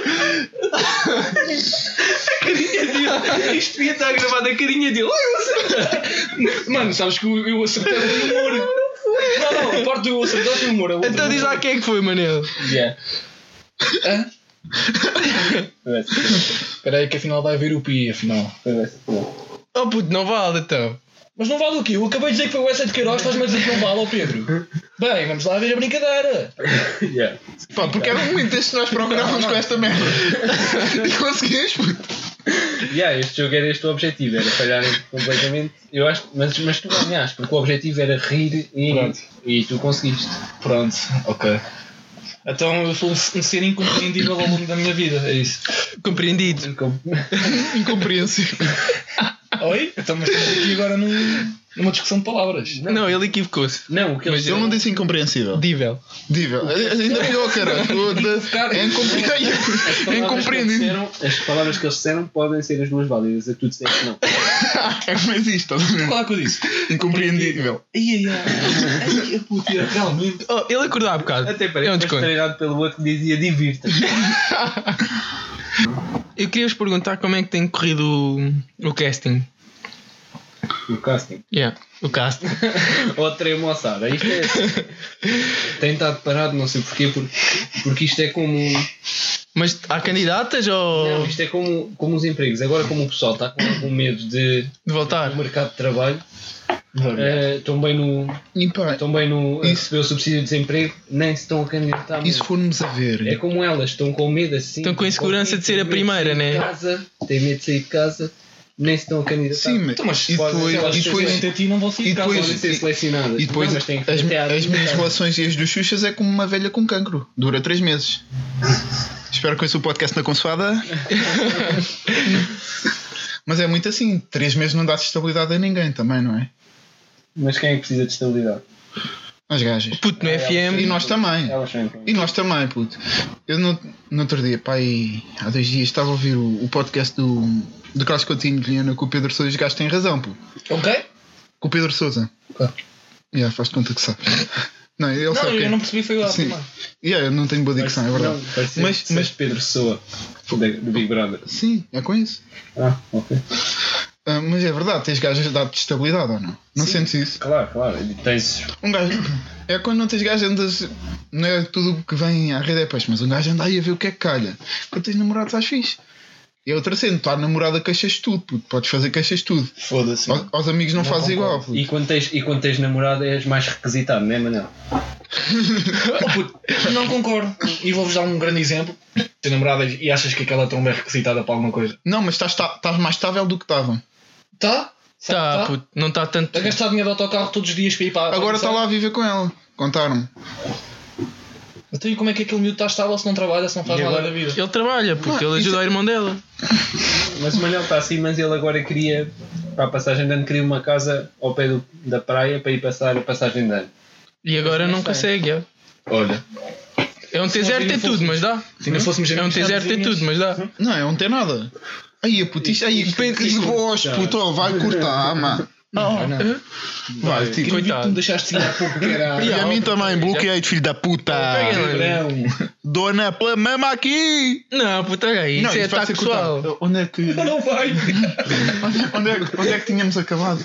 [SPEAKER 1] Isto devia estar gravado a carinha dele. Ai, eu acertei.
[SPEAKER 4] Mano, sabes que eu eu acertei o humor. Não, não, a parte do eu acertei foi o humor. a outra
[SPEAKER 3] Então diz
[SPEAKER 4] não.
[SPEAKER 3] lá quem é que foi, Manel.
[SPEAKER 1] Yeah.
[SPEAKER 4] Hã?
[SPEAKER 1] Foi essa.
[SPEAKER 4] Espera aí que afinal vai haver o pi, afinal.
[SPEAKER 1] Foi essa.
[SPEAKER 3] Oh puto, não vale então.
[SPEAKER 4] Mas não vale o quê? Eu acabei de dizer que foi o Wesley de Queiroz, estás-me a dizer que não vale, ó Pedro. Bem, vamos lá ver a brincadeira.
[SPEAKER 1] Yeah.
[SPEAKER 2] Pá, porque era um momento deste que nós procurávamos com esta merda. E conseguimos, puto.
[SPEAKER 1] Yeah, este jogo era este o objetivo, era falharem completamente. Eu acho, mas, mas tu ganhaste, porque o objetivo era rir e,
[SPEAKER 4] Pronto.
[SPEAKER 1] e tu conseguiste.
[SPEAKER 4] Pronto, ok. Então eu sou um ser incompreendível ao longo da minha vida, é isso.
[SPEAKER 3] Compreendido.
[SPEAKER 2] Incompreensível.
[SPEAKER 4] Oi? Então, mas estamos aqui agora num, numa discussão de palavras.
[SPEAKER 3] Não, ele equivocou-se.
[SPEAKER 1] Não, o que eles
[SPEAKER 2] Ele não disse incompreensível.
[SPEAKER 3] Dível.
[SPEAKER 2] Dível. Ainda melhor, caralho. É incompreensível. É incompreendível.
[SPEAKER 1] As palavras que eles disseram podem ser as duas válidas, a que tu disseste não.
[SPEAKER 2] É como é isto, estás a ver?
[SPEAKER 4] Qual é que eu disse?
[SPEAKER 2] Incompreendível.
[SPEAKER 4] Ia, ia. Ai, puta, realmente.
[SPEAKER 3] Oh, ele acordou há bocado.
[SPEAKER 1] Até
[SPEAKER 3] É
[SPEAKER 1] parece
[SPEAKER 3] um
[SPEAKER 1] que foi
[SPEAKER 3] desconto.
[SPEAKER 1] treinado pelo outro que dizia divirta.
[SPEAKER 3] Eu queria vos perguntar como é que tem corrido o, o casting.
[SPEAKER 1] O casting.
[SPEAKER 3] Yeah, o casting.
[SPEAKER 1] Outra moçada. Isto é. Tem estado parado, não sei porquê, porque, porque isto é como.
[SPEAKER 3] Mas há candidatas ou
[SPEAKER 1] Não, isto é como, como os empregos. Agora, como o pessoal está com algum medo de,
[SPEAKER 3] de voltar?
[SPEAKER 1] do mercado de trabalho, eh, estão bem no.
[SPEAKER 2] E pá,
[SPEAKER 1] Estão bem no. A
[SPEAKER 2] Isso.
[SPEAKER 1] receber o subsídio de desemprego, nem se estão a candidatar.
[SPEAKER 2] e se
[SPEAKER 1] muito.
[SPEAKER 2] formos a ver,
[SPEAKER 1] É como elas, estão com medo assim.
[SPEAKER 3] Estão com a insegurança de ser a
[SPEAKER 1] têm medo
[SPEAKER 3] primeira,
[SPEAKER 1] sair de
[SPEAKER 3] né?
[SPEAKER 1] Casa, têm medo de sair de casa, nem se estão a candidatar.
[SPEAKER 2] sim, mas,
[SPEAKER 4] Então, mas
[SPEAKER 2] e
[SPEAKER 4] podem-
[SPEAKER 2] depois,
[SPEAKER 4] se elas
[SPEAKER 2] e depois,
[SPEAKER 4] fizerem a ti, não vão sair
[SPEAKER 2] e
[SPEAKER 4] de casa.
[SPEAKER 2] depois-
[SPEAKER 1] Podem ser selecionadas.
[SPEAKER 2] e depois
[SPEAKER 1] Não, mas têm que
[SPEAKER 2] as,
[SPEAKER 1] até à
[SPEAKER 2] as minhas
[SPEAKER 1] habilidade.
[SPEAKER 2] relações e as dos Xuxas é como uma velha com cancro. Dura três meses. Espero que ouça o podcast na consoada. Mas é muito assim, três meses não dá estabilidade a ninguém também, não é?
[SPEAKER 1] Mas quem é que precisa de estabilidade?
[SPEAKER 2] As gajas.
[SPEAKER 3] Puto, no F M.
[SPEAKER 2] E nós também.
[SPEAKER 1] Elas são então.
[SPEAKER 2] E nós também, puto. Eu no, no outro dia, pá, aí, há dois dias estava a ouvir o, o podcast do, do Carlos Coutinho de Liana com o Pedro Sousa e os gajos têm razão, puto.
[SPEAKER 4] Ok?
[SPEAKER 2] Com o Pedro Sousa.
[SPEAKER 4] Ok.
[SPEAKER 2] Yeah, faz de conta que sabes. Não, ele
[SPEAKER 4] Não,
[SPEAKER 2] sabe
[SPEAKER 4] eu
[SPEAKER 2] quem.
[SPEAKER 4] não percebi, foi lá
[SPEAKER 2] Sim.
[SPEAKER 4] primeiro.
[SPEAKER 2] Yeah, eu não tenho boa dicção, é verdade.
[SPEAKER 1] Não, parecia
[SPEAKER 2] Mas-
[SPEAKER 1] que
[SPEAKER 2] mas-
[SPEAKER 1] mas Pedro Soa do do Big Brother.
[SPEAKER 2] Sim, é com isso.
[SPEAKER 1] Ah, ok.
[SPEAKER 2] Ah, mas é verdade, tens gajas a dar-te estabilidade ou não? Não
[SPEAKER 1] Sim.
[SPEAKER 2] sentes isso?
[SPEAKER 1] Claro, claro. E tens.
[SPEAKER 2] Um gajo. É quando não tens gajo, andas. Não é tudo o que vem à rede é peixe, mas um gajo anda aí a ver o que é que calha. Quando tens namorado, estás fixe. E a outra cena, estar namorada, queixas tudo, puto. Podes fazer queixas tudo.
[SPEAKER 4] Foda-se.
[SPEAKER 2] Aos, aos amigos não,
[SPEAKER 4] Não
[SPEAKER 2] fazes
[SPEAKER 4] concordo.
[SPEAKER 2] igual, puto.
[SPEAKER 1] E quando tens, e quando tens namorada és mais requisitado, não é, Manel?
[SPEAKER 4] Oh, puto, não concordo. E vou-vos dar um grande exemplo. Ter namorada e achas que aquela tromba é requisitada para alguma coisa.
[SPEAKER 2] Não, mas estás, tá- estás mais estável do que estavam.
[SPEAKER 4] Tá?
[SPEAKER 3] Tá, puto, não está tanto.
[SPEAKER 4] A gastar dinheiro de autocarro todos os dias para ir para
[SPEAKER 2] Agora está lá a viver com ela. Contaram-me.
[SPEAKER 4] Então e como é que aquele miúdo está estável se não trabalha, se não faz
[SPEAKER 1] E
[SPEAKER 4] nada
[SPEAKER 1] agora?
[SPEAKER 4] da vida?
[SPEAKER 3] Ele trabalha, puto,
[SPEAKER 2] Ah,
[SPEAKER 3] ele
[SPEAKER 2] isso
[SPEAKER 3] ajuda
[SPEAKER 2] é-
[SPEAKER 3] o irmão dela.
[SPEAKER 1] Mas o Manel está assim, mas ele agora queria, para a passagem de ano, queria uma casa ao pé do, da praia para ir passar a passagem de ano.
[SPEAKER 3] E agora
[SPEAKER 1] Mas
[SPEAKER 3] não
[SPEAKER 1] não sei.
[SPEAKER 3] consegue, é.
[SPEAKER 1] Olha.
[SPEAKER 3] É um T zero
[SPEAKER 4] ainda
[SPEAKER 3] T tudo,
[SPEAKER 4] fôssemos-
[SPEAKER 3] mas dá.
[SPEAKER 4] Se ainda fôssemos
[SPEAKER 3] É um
[SPEAKER 4] amigos
[SPEAKER 3] T zero T
[SPEAKER 4] vizinhos.
[SPEAKER 3] tudo, mas dá.
[SPEAKER 2] Não, é não tem nada. Aí, puto, isto aí.
[SPEAKER 1] Isto-
[SPEAKER 2] Que
[SPEAKER 1] isto-
[SPEAKER 2] voz, puto, ó, vai cortar, mano.
[SPEAKER 4] Não, não.
[SPEAKER 2] Vai,
[SPEAKER 4] Que
[SPEAKER 2] tipo.
[SPEAKER 4] no vídeo que tu
[SPEAKER 3] Coitado.
[SPEAKER 4] me deixaste de ir há pouco que era.
[SPEAKER 2] E a mim também, bloqueei, filho da puta.
[SPEAKER 4] Negrão.
[SPEAKER 2] Dona pela mesmo aqui.
[SPEAKER 3] Não, puta, olha aí, isso é
[SPEAKER 2] isto vai
[SPEAKER 3] ataque
[SPEAKER 2] ser cortado.
[SPEAKER 3] pessoal.
[SPEAKER 2] Onde é que.
[SPEAKER 4] Não vai.
[SPEAKER 2] Onde é, que- onde é que tínhamos acabado?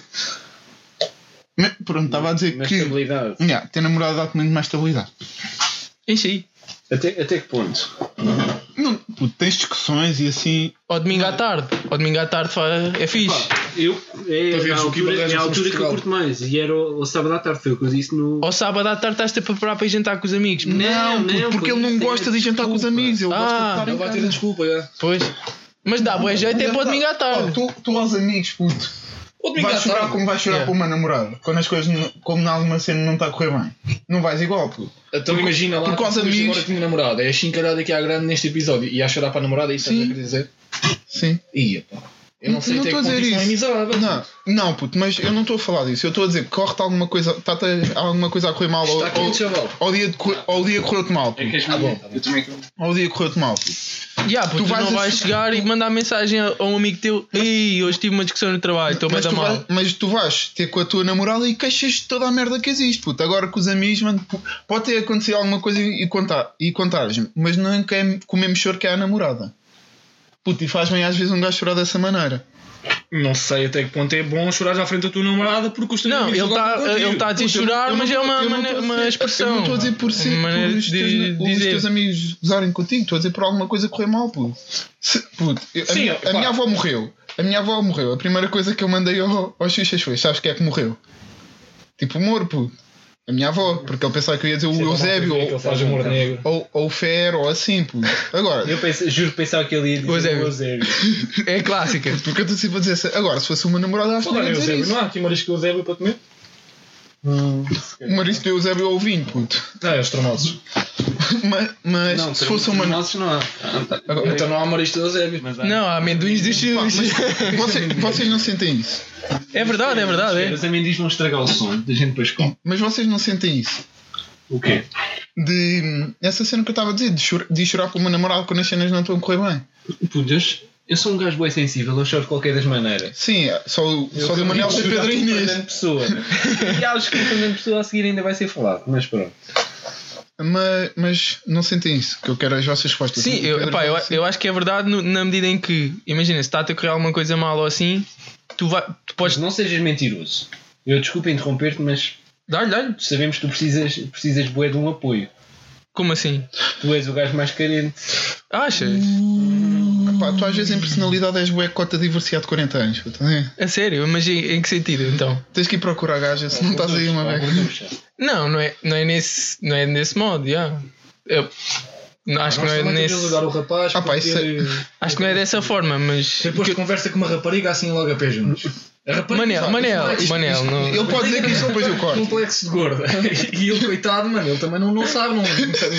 [SPEAKER 2] Me- Pronto, estava a dizer
[SPEAKER 1] Mas
[SPEAKER 2] que.
[SPEAKER 1] estabilidade.
[SPEAKER 2] Yeah, ter namorado dá-te muito mais estabilidade.
[SPEAKER 3] Enche aí.
[SPEAKER 1] Até, até que ponto?
[SPEAKER 2] Não, puto, tens discussões e assim.
[SPEAKER 3] Ao domingo à tarde. Ao domingo à tarde fa- é fixe.
[SPEAKER 1] Pá, eu, é
[SPEAKER 4] Para ver
[SPEAKER 1] a
[SPEAKER 4] o que
[SPEAKER 1] altura,
[SPEAKER 4] arranjas
[SPEAKER 1] é a
[SPEAKER 4] no
[SPEAKER 1] altura que eu
[SPEAKER 4] festival.
[SPEAKER 1] curto mais. E era o, o sábado à tarde, foi o que eu disse no.
[SPEAKER 3] Ao sábado à tarde estás-te a preparar para ir jantar com os amigos.
[SPEAKER 1] Não,
[SPEAKER 2] puto,
[SPEAKER 1] não,
[SPEAKER 2] porque
[SPEAKER 1] puto,
[SPEAKER 2] ele não
[SPEAKER 1] isso é
[SPEAKER 2] gosta de jantar com os
[SPEAKER 1] desculpa.
[SPEAKER 2] amigos, ele
[SPEAKER 3] Ah,
[SPEAKER 2] gosta de estar
[SPEAKER 4] Ele
[SPEAKER 2] em
[SPEAKER 4] vai ter a
[SPEAKER 2] casa.
[SPEAKER 4] desculpa, já.
[SPEAKER 3] Pois. Mas dá bué jeito é para o domingo à tarde.
[SPEAKER 2] Oh, tu, tu aos amigos, puto.
[SPEAKER 4] O domingo
[SPEAKER 2] Vais
[SPEAKER 4] à
[SPEAKER 2] chorar
[SPEAKER 4] tarde.
[SPEAKER 2] como vais chorar
[SPEAKER 3] Yeah.
[SPEAKER 2] para uma namorada. Quando as coisas, não- como em alguma cena não está a correr bem. Não vais igual, puto.
[SPEAKER 4] Então imagina lá,
[SPEAKER 2] porque aos
[SPEAKER 4] depois
[SPEAKER 2] amigos-
[SPEAKER 4] agora tinha namorada, é a chincalhada aqui à grande neste episódio e a chorar para a namorada, é isso que
[SPEAKER 2] Sim.
[SPEAKER 4] estás a querer dizer?
[SPEAKER 2] Sim.
[SPEAKER 4] Ia, pá. Eu não sei
[SPEAKER 2] Não
[SPEAKER 4] até que
[SPEAKER 2] estou a
[SPEAKER 4] ponto
[SPEAKER 2] dizer
[SPEAKER 4] isso não é
[SPEAKER 2] isso.
[SPEAKER 4] miserável.
[SPEAKER 2] Não, não, puto, mas eu não estou a falar disso. Eu estou a dizer que corre-te alguma coisa, está-te a- alguma coisa a correr mal.
[SPEAKER 4] Está
[SPEAKER 2] ou,
[SPEAKER 4] aqui um
[SPEAKER 2] ou,
[SPEAKER 4] chaval.
[SPEAKER 2] ou o dia, de cor- ou o dia correu-te mal, puto.
[SPEAKER 1] É que és
[SPEAKER 4] Ah,
[SPEAKER 1] minha,
[SPEAKER 4] bom.
[SPEAKER 1] eu também.
[SPEAKER 2] Ou o dia correu-te mal, puto.
[SPEAKER 3] Yeah, puto,
[SPEAKER 2] Tu
[SPEAKER 3] tu
[SPEAKER 2] vais
[SPEAKER 3] não
[SPEAKER 2] a-
[SPEAKER 3] vais chegar e mandar mensagem a a um amigo teu. Ei, hoje tive uma discussão no trabalho, estou-me a
[SPEAKER 2] Mas
[SPEAKER 3] dar
[SPEAKER 2] tu,
[SPEAKER 3] mal.
[SPEAKER 2] vais, mas tu vais ter com a tua namorada e queixas de toda a merda que existe, puto. Agora com os amigos, mano, pu- pode ter acontecido alguma coisa e contar, e contares-me, mas não é que é com o mesmo choro que é a namorada. Puto, e faz bem às vezes um gajo chorar dessa maneira.
[SPEAKER 4] Não sei até que ponto é bom chorar à frente da tua namorada porque os teus
[SPEAKER 3] Não,
[SPEAKER 4] amigos
[SPEAKER 3] ele
[SPEAKER 4] jogam
[SPEAKER 3] está
[SPEAKER 4] contigo.
[SPEAKER 3] ele tá a dizer
[SPEAKER 2] Puto, eu não-
[SPEAKER 3] chorar,
[SPEAKER 2] eu
[SPEAKER 3] mas
[SPEAKER 2] não
[SPEAKER 3] é
[SPEAKER 2] tô-
[SPEAKER 3] uma,
[SPEAKER 2] eu não
[SPEAKER 3] mane-
[SPEAKER 2] tô a
[SPEAKER 3] uma
[SPEAKER 2] dizer-
[SPEAKER 3] expressão.
[SPEAKER 2] Eu não estou a dizer por si,
[SPEAKER 3] Uma maneira
[SPEAKER 2] por os,
[SPEAKER 3] de
[SPEAKER 2] teus, os
[SPEAKER 3] dizer.
[SPEAKER 2] teus amigos gozarem contigo, estou a dizer por alguma coisa correr mal, puto. Se, puto, eu- a,
[SPEAKER 4] Sim,
[SPEAKER 2] minha,
[SPEAKER 4] pá.
[SPEAKER 2] a minha avó morreu. A minha avó morreu. A primeira coisa que eu mandei ao, aos xuxas foi: sabes quem é que morreu? Tipo, humor, puto. A minha avó, porque ele pensava que eu ia dizer o Eusébio
[SPEAKER 4] Que ele
[SPEAKER 2] ou,
[SPEAKER 4] faz humor negro.
[SPEAKER 2] ou, ou o Fer ou assim, puto. Agora,
[SPEAKER 1] Eu pensei, juro que pensava que ele ia dizer
[SPEAKER 3] O Eusébio.
[SPEAKER 1] o Eusébio.
[SPEAKER 3] É clássica.
[SPEAKER 2] porque eu estou sempre a dizer assim, agora, se fosse uma namorada, acho que não
[SPEAKER 4] Falar
[SPEAKER 2] ia
[SPEAKER 4] em
[SPEAKER 2] dizer
[SPEAKER 4] Eusébio,
[SPEAKER 2] isso.
[SPEAKER 4] não há aqui marisco Eusébio para comer?
[SPEAKER 2] O marisco do Eusébio ao vinho, puto.
[SPEAKER 4] Ah, é os tramosos.
[SPEAKER 2] Mas, mas
[SPEAKER 1] Não,
[SPEAKER 2] se fosse uma.
[SPEAKER 1] nossos não há. Ah, tá.
[SPEAKER 2] Agora,
[SPEAKER 4] Então não há marisco de Eusébio.
[SPEAKER 1] Mas há.
[SPEAKER 3] Não, há amendoins de
[SPEAKER 2] pá,
[SPEAKER 3] chus.
[SPEAKER 2] mas vocês, vocês não sentem isso.
[SPEAKER 3] É verdade, é verdade. É.
[SPEAKER 1] Os amendoins vão estragar o som, a gente depois come.
[SPEAKER 2] Mas vocês não sentem isso.
[SPEAKER 1] O quê?
[SPEAKER 2] De essa cena que eu estava a dizer, de chorar, de chorar por uma namorada quando as cenas não estão a correr bem.
[SPEAKER 1] Putas, eu sou um gajo bem sensível, eu choro de qualquer das maneiras.
[SPEAKER 2] Sim, só, o-
[SPEAKER 1] Eu
[SPEAKER 2] só do Manel
[SPEAKER 1] acredito
[SPEAKER 2] ser
[SPEAKER 1] chorar
[SPEAKER 2] Pedro
[SPEAKER 1] por
[SPEAKER 2] Inês.
[SPEAKER 1] Fernando Pessoa. E acho que o Fernando Pessoa a seguir ainda vai ser falado, mas pronto.
[SPEAKER 2] Mas, mas não sentem isso, que eu quero as vossas respostas.
[SPEAKER 3] Sim,
[SPEAKER 2] O
[SPEAKER 3] eu,
[SPEAKER 2] Pedro
[SPEAKER 3] epá,
[SPEAKER 2] fala
[SPEAKER 3] eu,
[SPEAKER 2] assim,
[SPEAKER 3] eu acho que é verdade no- na medida em que, imagina, se está-te a correr alguma coisa mal ou assim, tu, vai, tu
[SPEAKER 1] Mas
[SPEAKER 3] podes.
[SPEAKER 1] não sejas mentiroso. Eu desculpa interromper-te, mas
[SPEAKER 3] Dá-lhe, dá-lhe.
[SPEAKER 1] sabemos que tu precisas, precisas bué de um apoio.
[SPEAKER 3] Como assim?
[SPEAKER 1] Tu és o gajo mais carente.
[SPEAKER 3] Achas?
[SPEAKER 2] Pá, tu às vezes em personalidade és bué cota divorciado de quarenta anos. Puta, né?
[SPEAKER 3] A sério? Mas em, em que sentido então?
[SPEAKER 2] Tens que ir procurar gaja se não estás aí uma vez.
[SPEAKER 3] Não, não é, não é, nesse, não é nesse modo, já. Eu acho que não é nesse.
[SPEAKER 4] ajudar o rapaz
[SPEAKER 2] Ah, pá,
[SPEAKER 4] por
[SPEAKER 2] isso
[SPEAKER 4] ter,
[SPEAKER 3] Acho que não é dessa forma, mas.
[SPEAKER 4] depois de conversa com uma rapariga assim logo a pé juntos. A rapariga
[SPEAKER 3] Manel,
[SPEAKER 4] sabe,
[SPEAKER 3] Manel,
[SPEAKER 4] isto- isto-
[SPEAKER 3] Manel,
[SPEAKER 4] isto-
[SPEAKER 3] não.
[SPEAKER 2] Ele pode dizer que isso depois eu corto.
[SPEAKER 4] complexo de gorda. E ele, coitado, mano, ele também não, não sabe. Não,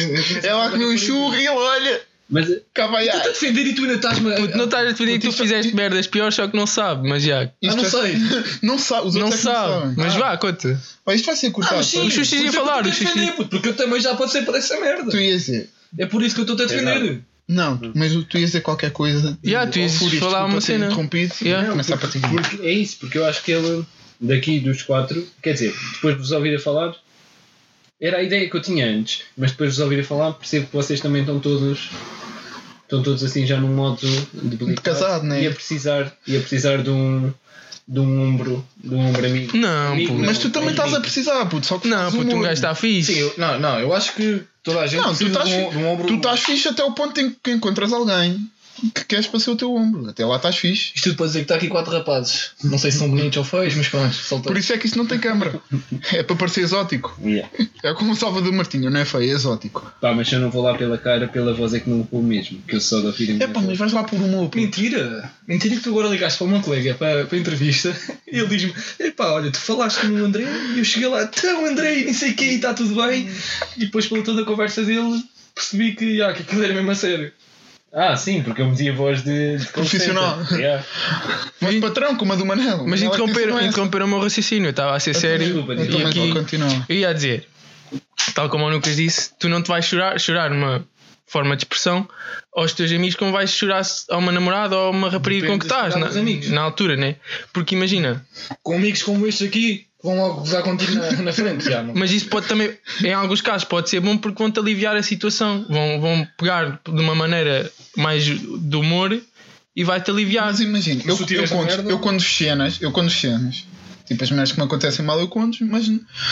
[SPEAKER 2] Ela comeu um churro e ele olha.
[SPEAKER 1] Mas
[SPEAKER 2] Cá vai.
[SPEAKER 4] Estou-te a defender e tu ainda estás-me a...
[SPEAKER 3] Puto, não estás a defender que tu
[SPEAKER 2] Puto, isto-
[SPEAKER 3] fizeste merdas piores, só que não sabe, mas já.
[SPEAKER 4] Ah, não sei.
[SPEAKER 2] Não sabe, os
[SPEAKER 3] Não
[SPEAKER 2] outros é que
[SPEAKER 3] sabe,
[SPEAKER 2] não sabem.
[SPEAKER 3] mas
[SPEAKER 2] Ah,
[SPEAKER 3] vá, conta.
[SPEAKER 2] pá, isto vai ser
[SPEAKER 4] Ah,
[SPEAKER 2] cortado.
[SPEAKER 4] mas sim,
[SPEAKER 3] O Xuxi ia
[SPEAKER 4] por isso é que eu
[SPEAKER 3] falar,
[SPEAKER 4] estou-te
[SPEAKER 3] o
[SPEAKER 4] a
[SPEAKER 3] Xuxi.
[SPEAKER 4] defender, puto, porque eu também já passei por essa merda.
[SPEAKER 2] Tu ias dizer.
[SPEAKER 4] É por isso que eu estou-te a defender.
[SPEAKER 2] Não, mas tu ias dizer qualquer coisa.
[SPEAKER 3] Yeah, tu ias
[SPEAKER 2] Ao Fúria,
[SPEAKER 3] falar
[SPEAKER 2] desculpa
[SPEAKER 3] uma
[SPEAKER 2] ter
[SPEAKER 3] cena.
[SPEAKER 2] interrompido e
[SPEAKER 3] Yeah.
[SPEAKER 2] começar para ti.
[SPEAKER 1] porque é isso, porque eu acho que ele, daqui dos quatro, quer dizer, depois de vos ouvir a falar, era a ideia que eu tinha antes, mas depois de vos ouvir a falar, percebo que vocês também estão todos. Estão todos assim já num modo debilitado.
[SPEAKER 2] De casado, né?
[SPEAKER 1] E a precisar, e a precisar de um, de um ombro, de um ombro amigo.
[SPEAKER 3] Não,
[SPEAKER 1] Amigo,
[SPEAKER 3] puto.
[SPEAKER 2] Mas tu também
[SPEAKER 1] amigo.
[SPEAKER 2] estás a precisar, puto. Só que
[SPEAKER 3] Não,
[SPEAKER 2] fazes
[SPEAKER 3] puto, um
[SPEAKER 2] humor.
[SPEAKER 3] gajo está fixe.
[SPEAKER 4] Sim, eu, não, não, eu acho que toda a gente
[SPEAKER 2] Não, tu
[SPEAKER 4] precisa
[SPEAKER 2] estás,
[SPEAKER 4] de, um, de um ombro.
[SPEAKER 2] tu estás fixe até o ponto em que encontras alguém que queres para ser o teu ombro. Até lá estás fixe.
[SPEAKER 4] Isto tudo para dizer que está aqui quatro rapazes. Não sei se são bonitos ou feios, mas pronto, solta.
[SPEAKER 2] Por isso é que isso não tem câmara. É para parecer exótico.
[SPEAKER 1] Yeah.
[SPEAKER 2] É como o Salvador Martinho, não é feio, é exótico.
[SPEAKER 1] Pá, mas se eu não vou lá pela cara, pela voz é que não vou mesmo, que eu só de ouvir a minha
[SPEAKER 2] É pá,
[SPEAKER 1] voz.
[SPEAKER 2] mas vais lá por humor. puto.
[SPEAKER 4] Mentira! Mentira que tu agora ligaste para o meu colega para, para a entrevista e ele diz-me: epá, olha, tu falaste no André e eu cheguei lá, então André, nem sei o que, e está tudo bem. E depois, pela toda a conversa dele, percebi que, ah, que aquilo era mesmo a sério.
[SPEAKER 1] Ah, sim, porque eu meti a voz de, de
[SPEAKER 2] Profissional.
[SPEAKER 1] call center. Yeah.
[SPEAKER 2] Voz de patrão, como a do Manel.
[SPEAKER 3] Mas
[SPEAKER 2] Ela é que
[SPEAKER 3] interromperam,
[SPEAKER 2] ensina essa.
[SPEAKER 3] interromperam o meu raciocínio, eu estava a ser sério.
[SPEAKER 1] desculpa,
[SPEAKER 2] Então,
[SPEAKER 3] E
[SPEAKER 2] mas
[SPEAKER 3] aqui
[SPEAKER 2] vou continuar.
[SPEAKER 3] eu ia dizer, tal como o Lucas disse, tu não te vais chorar, chorar numa forma de expressão aos teus amigos como vais chorar a uma namorada ou a uma rapariga com que
[SPEAKER 4] Depende de
[SPEAKER 3] estás
[SPEAKER 4] chorar
[SPEAKER 3] na,
[SPEAKER 4] aos amigos.
[SPEAKER 3] na altura, né? Porque imagina,
[SPEAKER 4] Com amigos como estes aqui, vão logo gozar contigo na, na frente. Já, não.
[SPEAKER 3] mas isso pode também, em alguns casos, pode ser bom porque vão-te aliviar a situação, vão, vão pegar de uma maneira mais de humor e vai-te aliviar.
[SPEAKER 2] Mas imagina,
[SPEAKER 4] Mas
[SPEAKER 2] eu,
[SPEAKER 4] se tu
[SPEAKER 2] eu,
[SPEAKER 4] tiveres
[SPEAKER 2] conto,
[SPEAKER 4] merda-
[SPEAKER 2] eu conto cenas, eu conto cenas, tipo as merdas que me acontecem mal eu conto, mas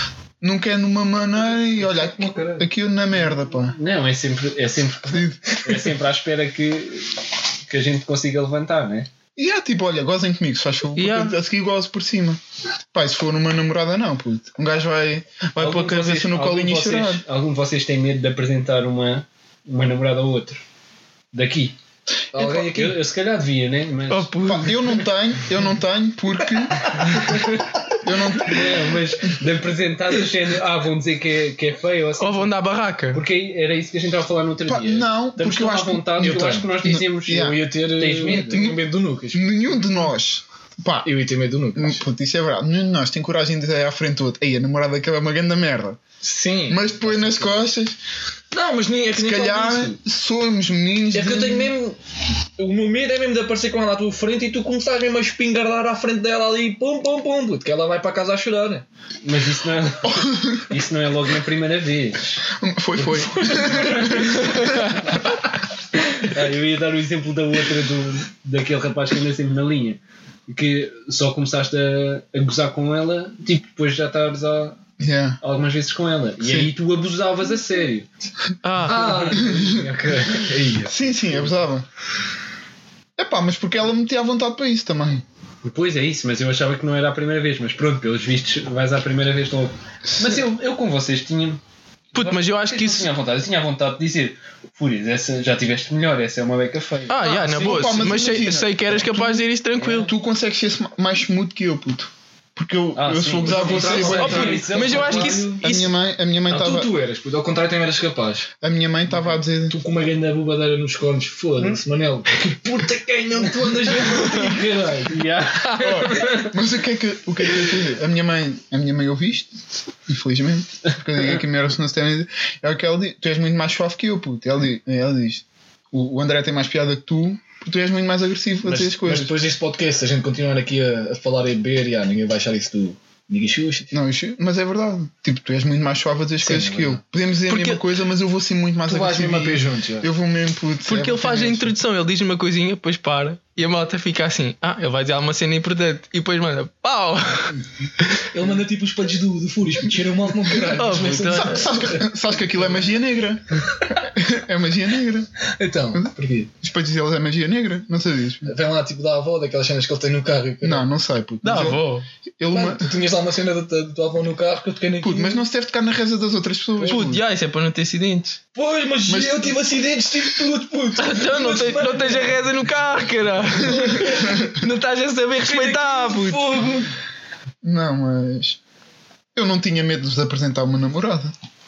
[SPEAKER 2] nunca é numa maneira e olha, aqui, aqui na merda, pá.
[SPEAKER 1] Não, é sempre, é sempre, é sempre à espera que, que a gente consiga levantar, não é?
[SPEAKER 2] E é tipo, olha, gozem comigo, se faz favor,
[SPEAKER 3] Yeah.
[SPEAKER 2] porque a seguir gozo por cima. Pá, e se for uma namorada, não, puto. Um gajo vai, vai pôr a cabeça
[SPEAKER 1] vocês,
[SPEAKER 2] no colinho e
[SPEAKER 1] algum de vocês-
[SPEAKER 2] chorar.
[SPEAKER 1] Algum de vocês tem medo de apresentar uma, uma namorada ao outro? Daqui?
[SPEAKER 4] Alguém aqui?
[SPEAKER 1] Eu, eu se calhar devia, né? Mas,
[SPEAKER 3] Oh, puto.
[SPEAKER 2] Pá, eu não tenho, eu não tenho porque. eu não tenho.
[SPEAKER 1] não, mas de apresentar do género, ah, vão dizer que é, que é feio ou assim.
[SPEAKER 3] Ou vão dar barraca.
[SPEAKER 1] Porque era isso que a gente estava a falar no outro
[SPEAKER 2] Pá,
[SPEAKER 1] dia.
[SPEAKER 2] não,
[SPEAKER 1] Estamos
[SPEAKER 2] porque eu
[SPEAKER 1] tão à
[SPEAKER 2] acho que-
[SPEAKER 1] vontade
[SPEAKER 4] eu
[SPEAKER 1] que eu acho que
[SPEAKER 4] tenho.
[SPEAKER 1] nós dizemos.
[SPEAKER 2] Yeah.
[SPEAKER 4] Eu ia ter.
[SPEAKER 1] Tens medo?
[SPEAKER 4] Tenho medo do Lucas.
[SPEAKER 2] Nenhum de nós. Pá,
[SPEAKER 4] Eu ia ter medo do Lucas.
[SPEAKER 2] puto, isso é verdade. Nenhum de nós tem coragem de dizer à frente do outro. Ei, a namorada daquela é uma grande merda.
[SPEAKER 4] Sim.
[SPEAKER 2] Mas depois nas costas,
[SPEAKER 4] Não, mas nem é que
[SPEAKER 2] se
[SPEAKER 4] nem falo
[SPEAKER 2] calhar
[SPEAKER 4] disso.
[SPEAKER 2] somos meninos.
[SPEAKER 4] É que eu
[SPEAKER 2] de-
[SPEAKER 4] tenho mesmo. O meu medo é mesmo de aparecer com ela à tua frente e tu começares mesmo a espingardar à frente dela ali, pum, pum, pum, puto, que ela vai para casa a chorar. Né?
[SPEAKER 1] Mas isso não, é, isso não é logo na primeira vez.
[SPEAKER 2] Foi, foi.
[SPEAKER 1] Ah, eu ia dar o exemplo da outra, do, daquele rapaz que anda sempre na linha. Que só começaste a, a gozar com ela, tipo, depois já estares há
[SPEAKER 2] Yeah.
[SPEAKER 1] algumas vezes com ela. E
[SPEAKER 2] Sim.
[SPEAKER 1] aí tu abusavas a sério.
[SPEAKER 3] Ah,
[SPEAKER 4] Ah, ok. Aí.
[SPEAKER 2] Sim, sim, abusava. Epá, mas porque ela me metia à vontade para isso também.
[SPEAKER 1] Depois é isso, mas eu achava que não era a primeira vez. Mas pronto, pelos vistos, vais à primeira vez logo. Mas eu, eu com vocês tinha.
[SPEAKER 3] puto, mas eu acho que
[SPEAKER 1] Eu
[SPEAKER 3] isso.
[SPEAKER 1] tinha vontade, eu tinha a vontade de dizer: Fúrias, essa já tiveste melhor, essa é uma beca feia.
[SPEAKER 3] Ah, yeah, na
[SPEAKER 2] sim,
[SPEAKER 3] boa.
[SPEAKER 2] pá, mas
[SPEAKER 3] mas sei,
[SPEAKER 2] imagina,
[SPEAKER 3] sei que eras capaz de dizer isso tranquilo.
[SPEAKER 2] Tu consegues ser mais smooth que eu, puto. Porque eu,
[SPEAKER 1] Ah,
[SPEAKER 2] eu
[SPEAKER 1] sim.
[SPEAKER 2] sou gozar
[SPEAKER 1] Mas ao
[SPEAKER 2] você.
[SPEAKER 1] contrário,
[SPEAKER 2] bué
[SPEAKER 3] Oh,
[SPEAKER 2] da
[SPEAKER 3] puto,
[SPEAKER 2] vez.
[SPEAKER 3] mas eu acho que isso.
[SPEAKER 2] A minha mãe, a minha mãe
[SPEAKER 4] Não, tu,
[SPEAKER 2] estava,
[SPEAKER 4] tu eras, puto, ao contrário também eras capaz.
[SPEAKER 2] a minha mãe estava a dizer,
[SPEAKER 4] Tu com uma grande bobadeira nos cornos, foda-se, Manel. Que puta que não tu andas mesmo a ti, caralho.
[SPEAKER 1] Yeah.
[SPEAKER 2] "Oh, mas o que é que, o que é que eu ia dizer? A minha mãe, a minha mãe ouve isto, infelizmente, porque eu digo que a minha oração não se tem, é o que ela diz, tu és muito mais suave que eu, puto. Ela diz, ela diz o, o André tem mais piada que tu, porque tu és muito mais agressivo a
[SPEAKER 4] Mas,
[SPEAKER 2] dizer as
[SPEAKER 4] mas
[SPEAKER 2] coisas.
[SPEAKER 4] depois deste podcast, se a gente continuar aqui a, a falar e beber, já, ninguém vai achar isso do Niga Xuxa.
[SPEAKER 2] Não, isso- mas é verdade. Tipo, tu és muito mais suave a dizer as
[SPEAKER 4] Sim,
[SPEAKER 2] coisas
[SPEAKER 4] é
[SPEAKER 2] que eu.
[SPEAKER 4] verdade.
[SPEAKER 2] Podemos dizer
[SPEAKER 3] Porque-
[SPEAKER 2] a mesma coisa, mas eu vou ser muito mais
[SPEAKER 4] Tu vais
[SPEAKER 2] agressivo.
[SPEAKER 4] mesmo a pé
[SPEAKER 2] e-
[SPEAKER 4] juntos, já.
[SPEAKER 2] Eu vou mesmo, putz,
[SPEAKER 3] Porque
[SPEAKER 2] é,
[SPEAKER 3] ele faz a
[SPEAKER 2] mesmo.
[SPEAKER 3] introdução, ele diz uma coisinha, depois para e a malta fica assim: ah, ele vai dizer alguma cena importante e depois manda pau!
[SPEAKER 4] Ele manda tipo os peitos do, do Fúrias, porque cheiram mal como um caralho.
[SPEAKER 3] Oh,
[SPEAKER 4] Mas
[SPEAKER 3] puta.
[SPEAKER 4] começa-
[SPEAKER 2] Sabes que, sabes que aquilo é magia negra? É magia negra.
[SPEAKER 4] Então, porquê?
[SPEAKER 2] Os peitos deles é magia negra? Não sabias?
[SPEAKER 4] Vem lá tipo da avó, daquelas cenas que ele tem no carro. e o caralho.
[SPEAKER 2] Não, não sei, puto.
[SPEAKER 3] Dá,
[SPEAKER 2] Mas ele-
[SPEAKER 3] vou.
[SPEAKER 2] Ele,
[SPEAKER 4] Mano,
[SPEAKER 2] uma-
[SPEAKER 4] tu tinhas lá uma cena da da tua avó no carro que eu toquei naquilo.
[SPEAKER 2] Puto, mas não se deve tocar na reza das outras pessoas.
[SPEAKER 3] Puto,
[SPEAKER 2] puto.
[SPEAKER 3] já, isso é para não ter acidentes.
[SPEAKER 4] Pois, mas,
[SPEAKER 2] Mas-
[SPEAKER 4] eu tive acidentes, tive tudo, puto.
[SPEAKER 3] Então não, tens, não tens a reza no carro, cara. Não estás a saber respeitar, puto.
[SPEAKER 4] Fogo.
[SPEAKER 2] Não, mas. Eu não tinha medo de apresentar uma namorada.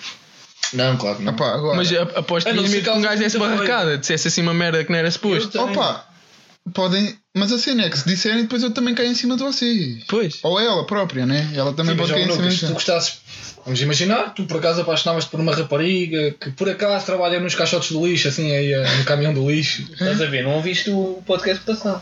[SPEAKER 4] Não, claro que não.
[SPEAKER 2] Opá, agora.
[SPEAKER 3] Mas a- aposto
[SPEAKER 4] Ah,
[SPEAKER 3] que
[SPEAKER 4] não,
[SPEAKER 3] tinhas
[SPEAKER 4] se
[SPEAKER 3] medo que um
[SPEAKER 4] causa
[SPEAKER 3] gajo desse
[SPEAKER 4] muita
[SPEAKER 3] barracada, dissesse assim uma merda que não era suposto.
[SPEAKER 4] Eu-
[SPEAKER 2] Opa, podem. Mas a cena é que se disserem, depois eu também caio em cima de vocês.
[SPEAKER 3] Pois.
[SPEAKER 2] Ou ela própria, né? Ela também
[SPEAKER 4] Sim, mas
[SPEAKER 2] pode
[SPEAKER 4] já,
[SPEAKER 2] cair em cima
[SPEAKER 4] Lucas,
[SPEAKER 2] de
[SPEAKER 4] se tu gostasses, vamos imaginar, tu por acaso apaixonavas-te por uma rapariga que por acaso trabalha nos caixotes do lixo, assim, aí eh, no caminhão do lixo.
[SPEAKER 1] Estás a ver? Não ouviste o podcast passado?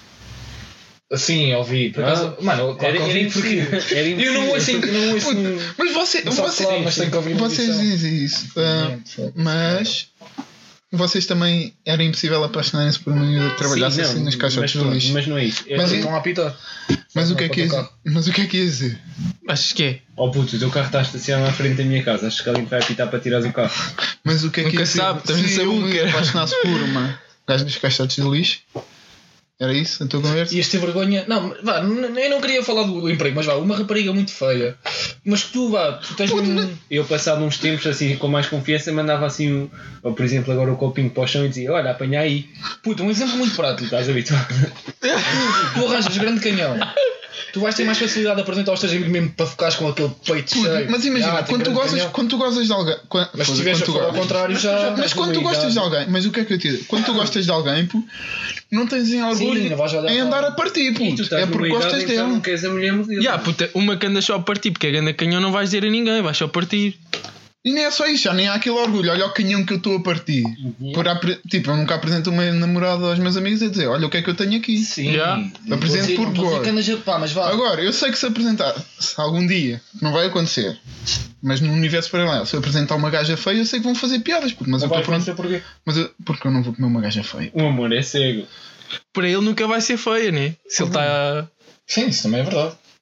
[SPEAKER 4] Assim, ouvi. Por acaso, mano, claro
[SPEAKER 1] Era,
[SPEAKER 4] que
[SPEAKER 1] era
[SPEAKER 4] ouvi porque.
[SPEAKER 1] impossível. Era
[SPEAKER 4] Eu não ouço,
[SPEAKER 1] impossível.
[SPEAKER 4] eu não ouço. no-
[SPEAKER 2] Mas você,
[SPEAKER 4] no
[SPEAKER 2] você,
[SPEAKER 4] SoundCloud, mas tenho que ouvir na
[SPEAKER 2] vocês
[SPEAKER 4] edição.
[SPEAKER 2] dizem isso. ah, mas vocês também era impossível apaixonarem-se por uma miúda que trabalhasse
[SPEAKER 1] Sim,
[SPEAKER 2] assim
[SPEAKER 1] não,
[SPEAKER 2] nas caixotes
[SPEAKER 1] mas
[SPEAKER 2] do
[SPEAKER 1] pronto,
[SPEAKER 2] lixo.
[SPEAKER 1] Mas não é isso. É
[SPEAKER 2] Mas
[SPEAKER 1] tipo,
[SPEAKER 2] e-
[SPEAKER 4] Estão a apitar.
[SPEAKER 2] Mas o que é que ia
[SPEAKER 4] Não,
[SPEAKER 2] dizer? Mas o que é que ia dizer?
[SPEAKER 3] Achas que é?
[SPEAKER 1] oh puto, o teu carro está estacionado à frente da minha casa. Achas que alguém te vai apitar para tirar o carro?
[SPEAKER 2] Mas o que é que
[SPEAKER 3] Nunca
[SPEAKER 2] ia dizer?
[SPEAKER 3] sabe, também
[SPEAKER 2] Se
[SPEAKER 3] não
[SPEAKER 2] eu
[SPEAKER 3] sabe o
[SPEAKER 2] me
[SPEAKER 3] que é.
[SPEAKER 2] apaixonasse por uma gaja dos caixotes do lixo, era isso a tua conversa?
[SPEAKER 4] Ias ter vergonha. Não, vá, n- eu não queria falar do, do emprego, mas vá, uma rapariga muito feia. Mas que tu, vá, tu tens um.
[SPEAKER 1] Eu, passado uns tempos, assim, com mais confiança, mandava assim, um, ou por exemplo, agora o copinho para o chão e dizia: olha, apanha aí.
[SPEAKER 4] Puta, um exemplo muito prático.
[SPEAKER 1] Estás habituado?
[SPEAKER 4] Tu arranjas grande canhão. Tu vais ter mais facilidade de apresentar aos teus amigos mesmo para focares com aquele peito
[SPEAKER 2] Puto,
[SPEAKER 4] cheio.
[SPEAKER 2] mas imagina,
[SPEAKER 4] Ah, tem
[SPEAKER 2] quando, tu
[SPEAKER 4] grande
[SPEAKER 2] gozas,
[SPEAKER 4] canhão.
[SPEAKER 2] quando tu gozas de alguém. Quando,
[SPEAKER 4] Mas se
[SPEAKER 2] foda,
[SPEAKER 4] tiveres
[SPEAKER 2] quando
[SPEAKER 4] a
[SPEAKER 2] tu
[SPEAKER 4] falar ao
[SPEAKER 2] gozas-
[SPEAKER 4] contrário já.
[SPEAKER 2] Mas quando tu gostas de alguém, mas o que é que eu te digo? Quando tu gostas de alguém, pô, não tens em orgulho
[SPEAKER 4] Sim, não vais olhar
[SPEAKER 2] em
[SPEAKER 4] para-
[SPEAKER 2] andar a partir,
[SPEAKER 1] E tu
[SPEAKER 2] puto.
[SPEAKER 1] estás
[SPEAKER 2] É
[SPEAKER 1] numa
[SPEAKER 2] porque
[SPEAKER 1] idade
[SPEAKER 2] gostas
[SPEAKER 1] em que já não
[SPEAKER 2] dele.
[SPEAKER 1] queres a mulher modelo.
[SPEAKER 3] Ya, puta, uma que anda só a partir, porque a ganda canhão não vais dizer a ninguém, vais só partir.
[SPEAKER 2] E nem é só isso, já nem há aquele orgulho. Olha o canhão que eu estou a partir. Por apre- tipo, eu nunca apresento uma namorada aos meus amigos a dizer: olha o que é que eu tenho aqui.
[SPEAKER 4] Sim.
[SPEAKER 3] Já.
[SPEAKER 4] Não
[SPEAKER 2] Apresento
[SPEAKER 4] estou a dizer-
[SPEAKER 2] por
[SPEAKER 4] não estou a dizer
[SPEAKER 2] gosto.
[SPEAKER 4] que andas a- pá, mas vá.
[SPEAKER 2] Agora, eu sei que se apresentar, se algum dia, não vai acontecer, mas no universo paralelo, se eu apresentar uma gaja feia, eu sei que vão fazer piadas, puto, mas
[SPEAKER 4] Não
[SPEAKER 2] eu
[SPEAKER 4] vai
[SPEAKER 2] estou pronto.
[SPEAKER 4] acontecer porquê?
[SPEAKER 2] Mas eu, porque eu não vou comer uma gaja feia.
[SPEAKER 1] O amor é cego.
[SPEAKER 3] Para ele nunca vai ser feia, né? Se ele está.
[SPEAKER 4] Sim, isso também é verdade.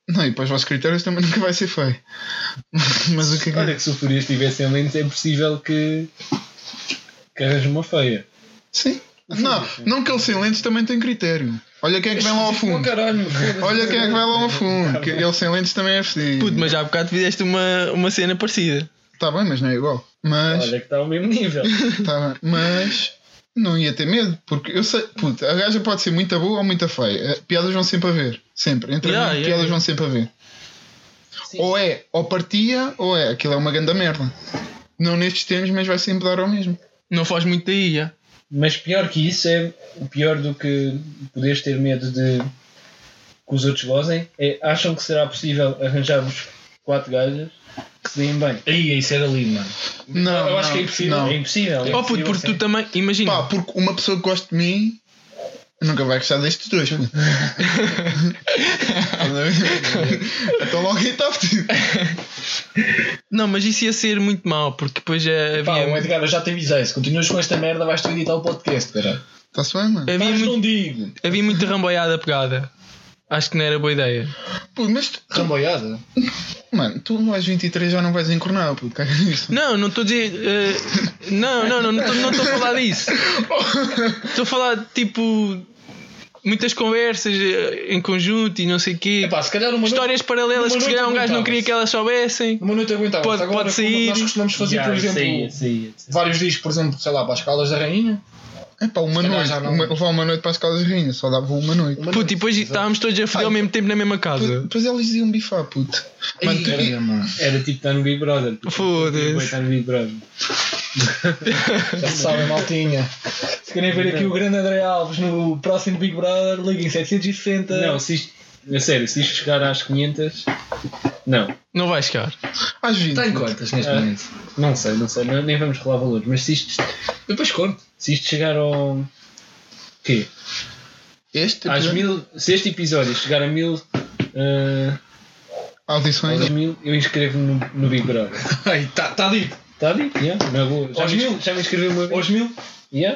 [SPEAKER 2] Não, e para os vossos critérios também nunca vai ser feio. Mas o que é que...
[SPEAKER 1] Olha que se o Furias estivesse em lentes é possível que, que arranje uma feia.
[SPEAKER 2] Sim. Não, não que ele sem lentes também tem critério. Olha quem é que vem lá ao fundo.
[SPEAKER 4] Caralho,
[SPEAKER 2] Olha quem é que vai lá ao fundo. Que ele sem lentes também é fedido.
[SPEAKER 3] Puto, mas já há bocado fizeste uma, uma cena parecida.
[SPEAKER 2] Está bem, mas não é igual. Mas,
[SPEAKER 1] Olha que está ao mesmo nível.
[SPEAKER 2] tá bem, mas não ia ter medo. Porque eu sei, puta, a gaja pode ser muito boa ou muito feia. Piadas vão sempre a ver. Sempre. Entre
[SPEAKER 3] Yeah,
[SPEAKER 2] mim,
[SPEAKER 3] yeah,
[SPEAKER 2] piadas
[SPEAKER 3] yeah.
[SPEAKER 2] vão sempre a ver.
[SPEAKER 1] Sim.
[SPEAKER 2] Ou é, ou partia, ou é. Aquilo é uma grande merda. Não nestes termos, mas vai sempre dar ao mesmo.
[SPEAKER 3] Não faz muito daí, já.
[SPEAKER 1] Mas pior que isso é pior do que poderes ter medo de que os outros gozem. É, acham que será possível arranjar-vos quatro gajas que se deem bem.
[SPEAKER 4] Aí, isso era lindo, mano.
[SPEAKER 2] Não,
[SPEAKER 4] eu acho
[SPEAKER 2] não,
[SPEAKER 4] que é impossível.
[SPEAKER 2] não.
[SPEAKER 1] É impossível. É
[SPEAKER 3] Oh puto,
[SPEAKER 1] impossível,
[SPEAKER 3] porque tu
[SPEAKER 1] sim.
[SPEAKER 3] também. Imagina.
[SPEAKER 2] Pá, porque uma pessoa que gosta de mim nunca vai gostar destes dois. Puto. Então logo aí está fedido.
[SPEAKER 3] Não, mas isso ia ser muito mau, porque depois já
[SPEAKER 4] Pá,
[SPEAKER 3] havia.
[SPEAKER 4] o Edgar, eu já te avisei. Se continuas com esta merda, vais-te editar o podcast, caralho.
[SPEAKER 2] Está-se bem, mano?
[SPEAKER 3] Havia,
[SPEAKER 4] Mas
[SPEAKER 3] muito,
[SPEAKER 4] não digo.
[SPEAKER 3] havia muita ramboiada pegada. Acho que não era boa ideia.
[SPEAKER 2] Puto, mas tu,
[SPEAKER 4] Ramboiada?
[SPEAKER 2] mano, tu não és vinte e três, já não vais encornar, puto, caga nisso.
[SPEAKER 3] Não, não estou a dizer. eh, não, não, não, não estou não estou a falar disso. Estou a falar de tipo. Muitas conversas eh, em conjunto e não sei o quê.
[SPEAKER 4] Epá, se calhar uma noite,
[SPEAKER 3] Histórias paralelas
[SPEAKER 4] uma
[SPEAKER 3] que se calhar um
[SPEAKER 4] noite
[SPEAKER 3] gajo não
[SPEAKER 4] aguentava-se.
[SPEAKER 3] queria que elas soubessem.
[SPEAKER 4] uma noite aguentava.
[SPEAKER 3] Pode-
[SPEAKER 4] Agora,
[SPEAKER 3] pode
[SPEAKER 4] como
[SPEAKER 3] sair.
[SPEAKER 4] nós costumamos fazer,
[SPEAKER 1] Já,
[SPEAKER 4] por
[SPEAKER 1] isso
[SPEAKER 4] exemplo,
[SPEAKER 1] aí, isso aí, isso aí.
[SPEAKER 4] vários dias, por exemplo, sei lá, para as Caldas da Rainha.
[SPEAKER 2] É pá, uma
[SPEAKER 4] Se calhar
[SPEAKER 2] noite.
[SPEAKER 4] já não.
[SPEAKER 2] Uma, levar uma noite para as casas rainhas, só dava uma noite.
[SPEAKER 4] Uma
[SPEAKER 3] Puto,
[SPEAKER 4] noite.
[SPEAKER 3] e depois estávamos todos a foder ao mesmo tempo na mesma casa.
[SPEAKER 2] Depois elas diziam bifar, puto. Mano,
[SPEAKER 4] Ei,
[SPEAKER 2] tu-
[SPEAKER 4] caramba, mano.
[SPEAKER 1] Era tipo estar no Big Brother. Tipo,
[SPEAKER 3] Foda-se.
[SPEAKER 1] vai estar no Big Brother.
[SPEAKER 4] Já se sabem, maltinha. Se querem ver aqui o grande André Alves no próximo Big Brother, liguem setecentos e sessenta.
[SPEAKER 1] Não, se isto, a sério, se isto chegar às quinhentas, não.
[SPEAKER 3] Não vai chegar.
[SPEAKER 2] às vinte.
[SPEAKER 4] Está em quantas neste
[SPEAKER 1] Ah.
[SPEAKER 4] momento?
[SPEAKER 1] Não sei, não sei, não- nem vamos rolar valores, mas se isto,
[SPEAKER 4] Depois conto.
[SPEAKER 1] se isto chegar ao. Quê?
[SPEAKER 2] Este
[SPEAKER 1] Às
[SPEAKER 2] episódio-
[SPEAKER 1] mil. Se este episódio chegar a mil. Uh,
[SPEAKER 2] audições.
[SPEAKER 1] aos mil, eu inscrevo-me no, no Big Brother.
[SPEAKER 4] Está tá dito.
[SPEAKER 1] Está dito? Yeah, na boa. Já
[SPEAKER 4] Aos
[SPEAKER 1] me,
[SPEAKER 4] mil?
[SPEAKER 1] já me inscrevi uma vez.
[SPEAKER 4] Aos mil?
[SPEAKER 1] Yeah?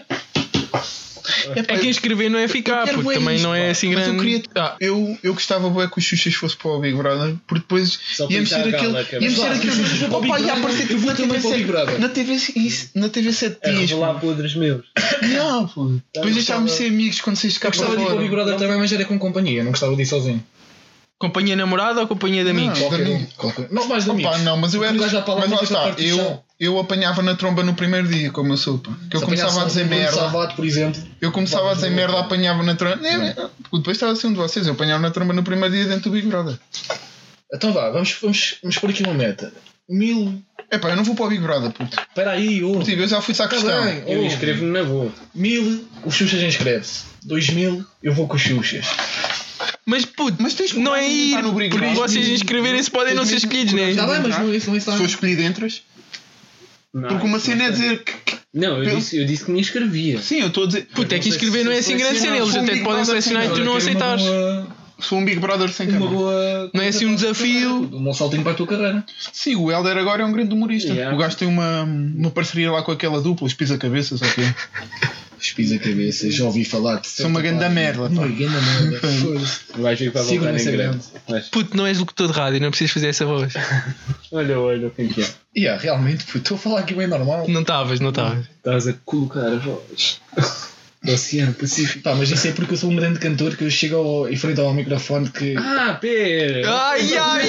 [SPEAKER 3] É que inscrever não é ficar,
[SPEAKER 2] quero
[SPEAKER 3] porque
[SPEAKER 2] bué
[SPEAKER 3] também
[SPEAKER 2] isto,
[SPEAKER 3] não é
[SPEAKER 2] pá.
[SPEAKER 3] assim
[SPEAKER 2] Mas
[SPEAKER 3] grande.
[SPEAKER 2] eu queria-
[SPEAKER 3] Ah,
[SPEAKER 2] Eu, eu gostava bué que os Xuxas fosse para o Big Brother, porque depois
[SPEAKER 1] Só para
[SPEAKER 2] íamos
[SPEAKER 1] ir à
[SPEAKER 2] ser
[SPEAKER 1] gala,
[SPEAKER 2] aquele.
[SPEAKER 1] cara.
[SPEAKER 2] Íamos ser
[SPEAKER 4] Claro,
[SPEAKER 2] aquele.
[SPEAKER 4] se os Xuxas para o Big
[SPEAKER 2] Opa, ia
[SPEAKER 4] Brother,
[SPEAKER 2] aparecer
[SPEAKER 4] eu
[SPEAKER 2] tipo
[SPEAKER 4] vou
[SPEAKER 2] na
[SPEAKER 4] também
[SPEAKER 2] T V
[SPEAKER 4] para o Big
[SPEAKER 2] sete.
[SPEAKER 4] Brother.
[SPEAKER 2] Na T V isso, na T V sete
[SPEAKER 1] A
[SPEAKER 2] dias.
[SPEAKER 1] revelar podres meus.
[SPEAKER 2] Não, pô. Depois deixávamos de ser amigos quando vocês cá
[SPEAKER 4] Eu
[SPEAKER 2] para
[SPEAKER 4] gostava de ir para o Big
[SPEAKER 2] fora.
[SPEAKER 4] Brother também, mas era com companhia. Não gostava de ir sozinho.
[SPEAKER 3] companhia namorada ou companhia de amigos?
[SPEAKER 2] Não.
[SPEAKER 4] Qualquer um.
[SPEAKER 2] amigo.
[SPEAKER 4] Qualquer- Nós mais de amigos.
[SPEAKER 2] Opa, não, mas eu era.
[SPEAKER 4] Porque o gajo já para lá
[SPEAKER 2] Mas lá
[SPEAKER 4] muito
[SPEAKER 2] está,
[SPEAKER 4] parte do
[SPEAKER 2] eu,
[SPEAKER 4] chão.
[SPEAKER 2] eu apanhava na tromba no primeiro dia, como eu sou, pá. Que eu
[SPEAKER 4] Se
[SPEAKER 2] começava a
[SPEAKER 4] apanhasse
[SPEAKER 2] dizer
[SPEAKER 4] um Bruno
[SPEAKER 2] merda.
[SPEAKER 4] Salvato, por exemplo.
[SPEAKER 2] Eu começava a dizer merda, apanhava na tromba. Nem, nem, depois estava assim um de vocês, eu apanhava na tromba no primeiro dia dentro do Big Brother.
[SPEAKER 4] Então vá, vamos, vamos, vamos pôr aqui uma meta. Mil.
[SPEAKER 2] É pá, eu não vou para o Big Brother, puto.
[SPEAKER 4] Espera aí, ouve.
[SPEAKER 2] Tipo, eu já fui à
[SPEAKER 4] Tá
[SPEAKER 2] questão.
[SPEAKER 4] bem.
[SPEAKER 1] Eu
[SPEAKER 4] ouve.
[SPEAKER 1] inscrevo-me na boa.
[SPEAKER 4] Mil, o Xuxas inscreve-se. Dois mil, eu vou com os Xuxas.
[SPEAKER 3] Mas puto,
[SPEAKER 2] Mas tens
[SPEAKER 3] não é
[SPEAKER 2] coragem de
[SPEAKER 3] ir,
[SPEAKER 2] estar no Big
[SPEAKER 3] porque
[SPEAKER 2] Brother.
[SPEAKER 3] vocês inscreverem-se podem
[SPEAKER 2] Tens
[SPEAKER 3] não ser
[SPEAKER 2] mesmo
[SPEAKER 3] escolhidos, né?
[SPEAKER 2] coragem
[SPEAKER 4] Está bem, mas
[SPEAKER 2] entrar?
[SPEAKER 4] não, isso não está.
[SPEAKER 2] Se for escolhido, entras.
[SPEAKER 1] Não,
[SPEAKER 2] Porque uma
[SPEAKER 1] isso
[SPEAKER 2] cena
[SPEAKER 1] não
[SPEAKER 2] é
[SPEAKER 1] sei.
[SPEAKER 2] dizer que. que-
[SPEAKER 1] Não, eu
[SPEAKER 2] Pelo-
[SPEAKER 1] disse, eu disse que me inscrevia.
[SPEAKER 2] Sim, eu estou a dizer.
[SPEAKER 3] Puto, é que
[SPEAKER 1] não sei
[SPEAKER 3] inscrever
[SPEAKER 1] se
[SPEAKER 3] não é assim grande cena, eles
[SPEAKER 2] selecionar,
[SPEAKER 3] até
[SPEAKER 2] sou
[SPEAKER 3] te
[SPEAKER 2] um
[SPEAKER 3] podem
[SPEAKER 2] Big Brother
[SPEAKER 3] selecionar e
[SPEAKER 2] sem
[SPEAKER 3] tu não
[SPEAKER 4] Quero uma
[SPEAKER 3] aceitares.
[SPEAKER 4] boa-
[SPEAKER 2] Sou um Big Brother sem
[SPEAKER 4] Uma
[SPEAKER 2] câmera.
[SPEAKER 4] boa.
[SPEAKER 3] Não é assim um desafio.
[SPEAKER 4] Um bom saltinho para a tua carreira.
[SPEAKER 2] Sim, o Helder agora é um grande humorista.
[SPEAKER 1] Yeah.
[SPEAKER 2] O gajo tem uma, uma parceria lá com aquela dupla, os pisa-cabeças, ou quê?
[SPEAKER 4] Espisa a cabeça, já ouvi falar de
[SPEAKER 2] São uma grande merda, pá.
[SPEAKER 4] Uma grande merda. Foda-se.
[SPEAKER 1] Vais ver para
[SPEAKER 4] Siga
[SPEAKER 1] voltar
[SPEAKER 4] no
[SPEAKER 1] em
[SPEAKER 4] Instagram.
[SPEAKER 1] grande. Vais.
[SPEAKER 3] Puto, não és locutor de rádio, não precisas fazer essa voz.
[SPEAKER 1] Olha, olha, quem que é?
[SPEAKER 4] Yeah, realmente, puto, estou a falar aqui bem normal.
[SPEAKER 3] Não estavas, não estavas.
[SPEAKER 1] Estás a colocar a voz do Oceano Pacífico.
[SPEAKER 4] Pá, mas isso é porque eu sou um grande cantor que eu chego ao, em frente ao microfone que.
[SPEAKER 1] Ah, pera!
[SPEAKER 3] Ai, ai,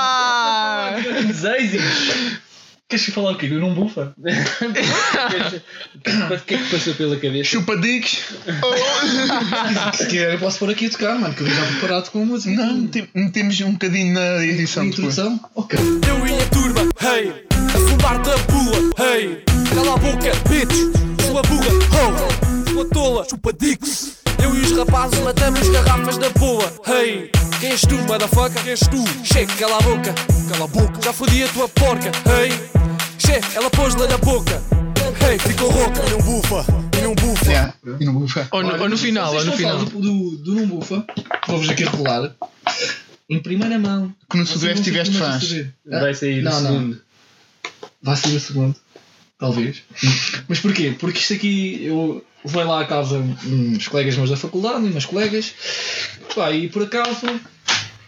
[SPEAKER 3] ai!
[SPEAKER 1] Os êxitos!
[SPEAKER 4] Queres falar o quê? Eu não bufa?
[SPEAKER 1] O que é que passou pela cabeça?
[SPEAKER 2] Chupa dicks!
[SPEAKER 4] Se quiser, eu posso pôr aqui a tocar, mano, que eu já preparado com a música.
[SPEAKER 2] Não, metem- metemos um bocadinho na
[SPEAKER 4] A
[SPEAKER 2] edição depois.
[SPEAKER 4] introdução? Ok.
[SPEAKER 5] Eu e a turma, hey, a fumar da bula, hey, cala a boca, bitch, sua burra, ho, sua tola, chupa dicks. Eu e os rapazes matamos garrafas da boa, hey, quem és tu, motherfucker, quem és tu? Che, cala a boca, cala a boca, já fodi a tua porca, hey, che, ela pôs-lhe na boca, hey, ficou rouca, e não bufa, e não bufa.
[SPEAKER 2] Yeah, e não vou buscar.
[SPEAKER 3] Ou no, ou no final, ou
[SPEAKER 4] Vocês
[SPEAKER 3] no
[SPEAKER 4] estão a
[SPEAKER 3] final.
[SPEAKER 4] falar do, do, do Não Bufa, vou-vos aqui revelar, em primeira mão.
[SPEAKER 2] Que no
[SPEAKER 4] Vocês
[SPEAKER 2] Sudeste
[SPEAKER 4] vão ser
[SPEAKER 2] tiveste
[SPEAKER 4] primeiros a
[SPEAKER 2] fãs.
[SPEAKER 4] saber. Ah,
[SPEAKER 1] Vai sair
[SPEAKER 4] não,
[SPEAKER 1] o
[SPEAKER 4] não.
[SPEAKER 1] segundo.
[SPEAKER 4] Vai sair o segundo. Talvez. Mas porquê? Porque isto aqui, eu levei lá a casa uns colegas meus da faculdade, umas colegas, pá, e por acaso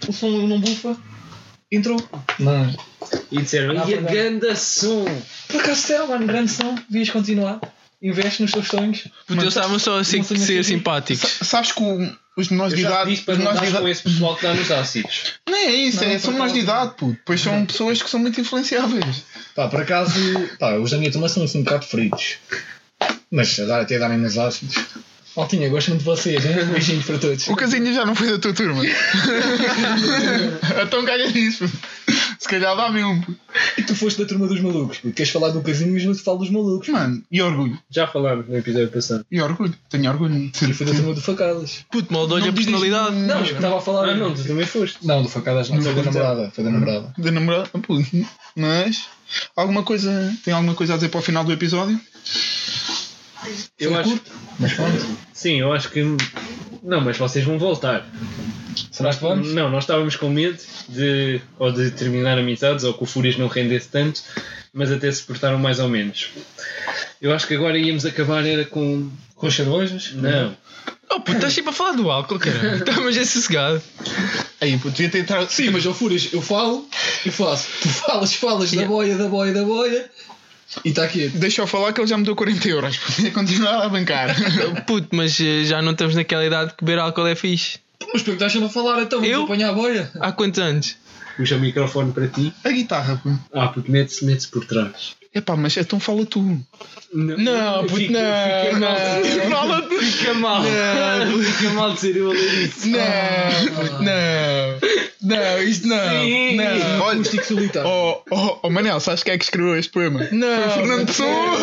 [SPEAKER 4] o som não bufa, entrou. Não.
[SPEAKER 1] E disseram,
[SPEAKER 4] Ah,
[SPEAKER 1] e a
[SPEAKER 4] verdade.
[SPEAKER 1] ganda som.
[SPEAKER 4] Por acaso disseram, mano, grande som, devias continuar. Investe nos teus sonhos.
[SPEAKER 3] Porque eles estavam só a ser,
[SPEAKER 4] Não sei
[SPEAKER 3] ser
[SPEAKER 4] nem
[SPEAKER 3] simpáticos.
[SPEAKER 2] Sa- Sabes que o- os menores
[SPEAKER 1] Eu
[SPEAKER 2] de
[SPEAKER 1] já te
[SPEAKER 2] idade.
[SPEAKER 1] disse para
[SPEAKER 2] Os
[SPEAKER 1] não
[SPEAKER 2] menores de
[SPEAKER 1] estar com
[SPEAKER 2] idade.
[SPEAKER 1] esse pessoal que está nos ácidos.
[SPEAKER 2] Não é isso,
[SPEAKER 4] Não,
[SPEAKER 2] é,
[SPEAKER 4] por
[SPEAKER 2] são menores de
[SPEAKER 4] acaso.
[SPEAKER 2] idade, puto. Pois são pessoas que são muito influenciáveis.
[SPEAKER 4] Pá, por acaso, pá, os da minha turma são assim um bocado fritos. Mas agora até darem nos ácidos. Maltinha, gosto muito de vocês, hein? Beijinhos para todos.
[SPEAKER 2] O casinho já não foi da tua turma. Então caga nisso. Se calhar dá-me um. puto.
[SPEAKER 4] E tu foste da turma dos malucos, puto. Queres falar do casinho, mas eu te falo dos malucos.
[SPEAKER 2] Mano, e orgulho.
[SPEAKER 1] Já falámos no episódio passado.
[SPEAKER 2] E orgulho. Tenho orgulho de
[SPEAKER 4] E
[SPEAKER 2] ser.
[SPEAKER 4] fui da turma do Facadas.
[SPEAKER 3] Puto, moldou-lhe a
[SPEAKER 2] Não me dizes-
[SPEAKER 3] personalidade.
[SPEAKER 4] Não, mas estava a falar.
[SPEAKER 1] Ah não, tu também foste.
[SPEAKER 4] Não, do Facadas não, foi da namorada. Foi da namorada.
[SPEAKER 2] Da namorada. Ah, puto. Mas. Alguma coisa. Tem alguma coisa a dizer para o final do episódio?
[SPEAKER 1] Eu acho.
[SPEAKER 4] Mas pronto.
[SPEAKER 1] Sim, eu acho que. Não, mas vocês vão voltar.
[SPEAKER 4] Será que vamos?
[SPEAKER 1] Não, nós estávamos com medo de ou de terminar amizades ou que o Fúrias não rendesse tanto, mas até se portaram mais ou menos. Eu acho que agora íamos acabar era com.
[SPEAKER 4] Com as cervejas?
[SPEAKER 1] Não.
[SPEAKER 3] Oh puto, estás sempre a falar do álcool, cara. Estamos a sossegado.
[SPEAKER 2] Aí, puto, devia ter entrado.
[SPEAKER 4] Sim, mas ao Fúrias, eu falo e faço. Tu falas, falas da
[SPEAKER 3] Yeah.
[SPEAKER 4] boia, da boia, da boia. E está aqui.
[SPEAKER 2] Deixa eu falar que ele já me deu quarenta euros. Podia continuar a bancar.
[SPEAKER 3] Puto, mas eh, já não estamos naquela idade que beber álcool é fixe.
[SPEAKER 4] Mas por que estás sempre a falar então? Vamos
[SPEAKER 3] Eu?
[SPEAKER 4] apanhar a boia?
[SPEAKER 3] Há quantos anos?
[SPEAKER 1] Puxa o microfone para ti.
[SPEAKER 2] A guitarra, puto.
[SPEAKER 1] Ah, porque mete-se mete por trás.
[SPEAKER 2] Epá, mas então fala tu.
[SPEAKER 3] Não, puto,
[SPEAKER 1] Fica-
[SPEAKER 3] não,
[SPEAKER 1] Fica mal.
[SPEAKER 3] não. Fala tu.
[SPEAKER 1] Fica mal.
[SPEAKER 3] Não.
[SPEAKER 1] Fica mal de ser eu a ler isso.
[SPEAKER 2] Não, puto, não. Não, isto não.
[SPEAKER 1] Sim.
[SPEAKER 2] Não. Olha,
[SPEAKER 4] Acústico solitário.
[SPEAKER 2] oh, oh, oh Manel, sabes quem é que escreveu este poema?
[SPEAKER 3] Não.
[SPEAKER 2] Foi Fernando Pessoa.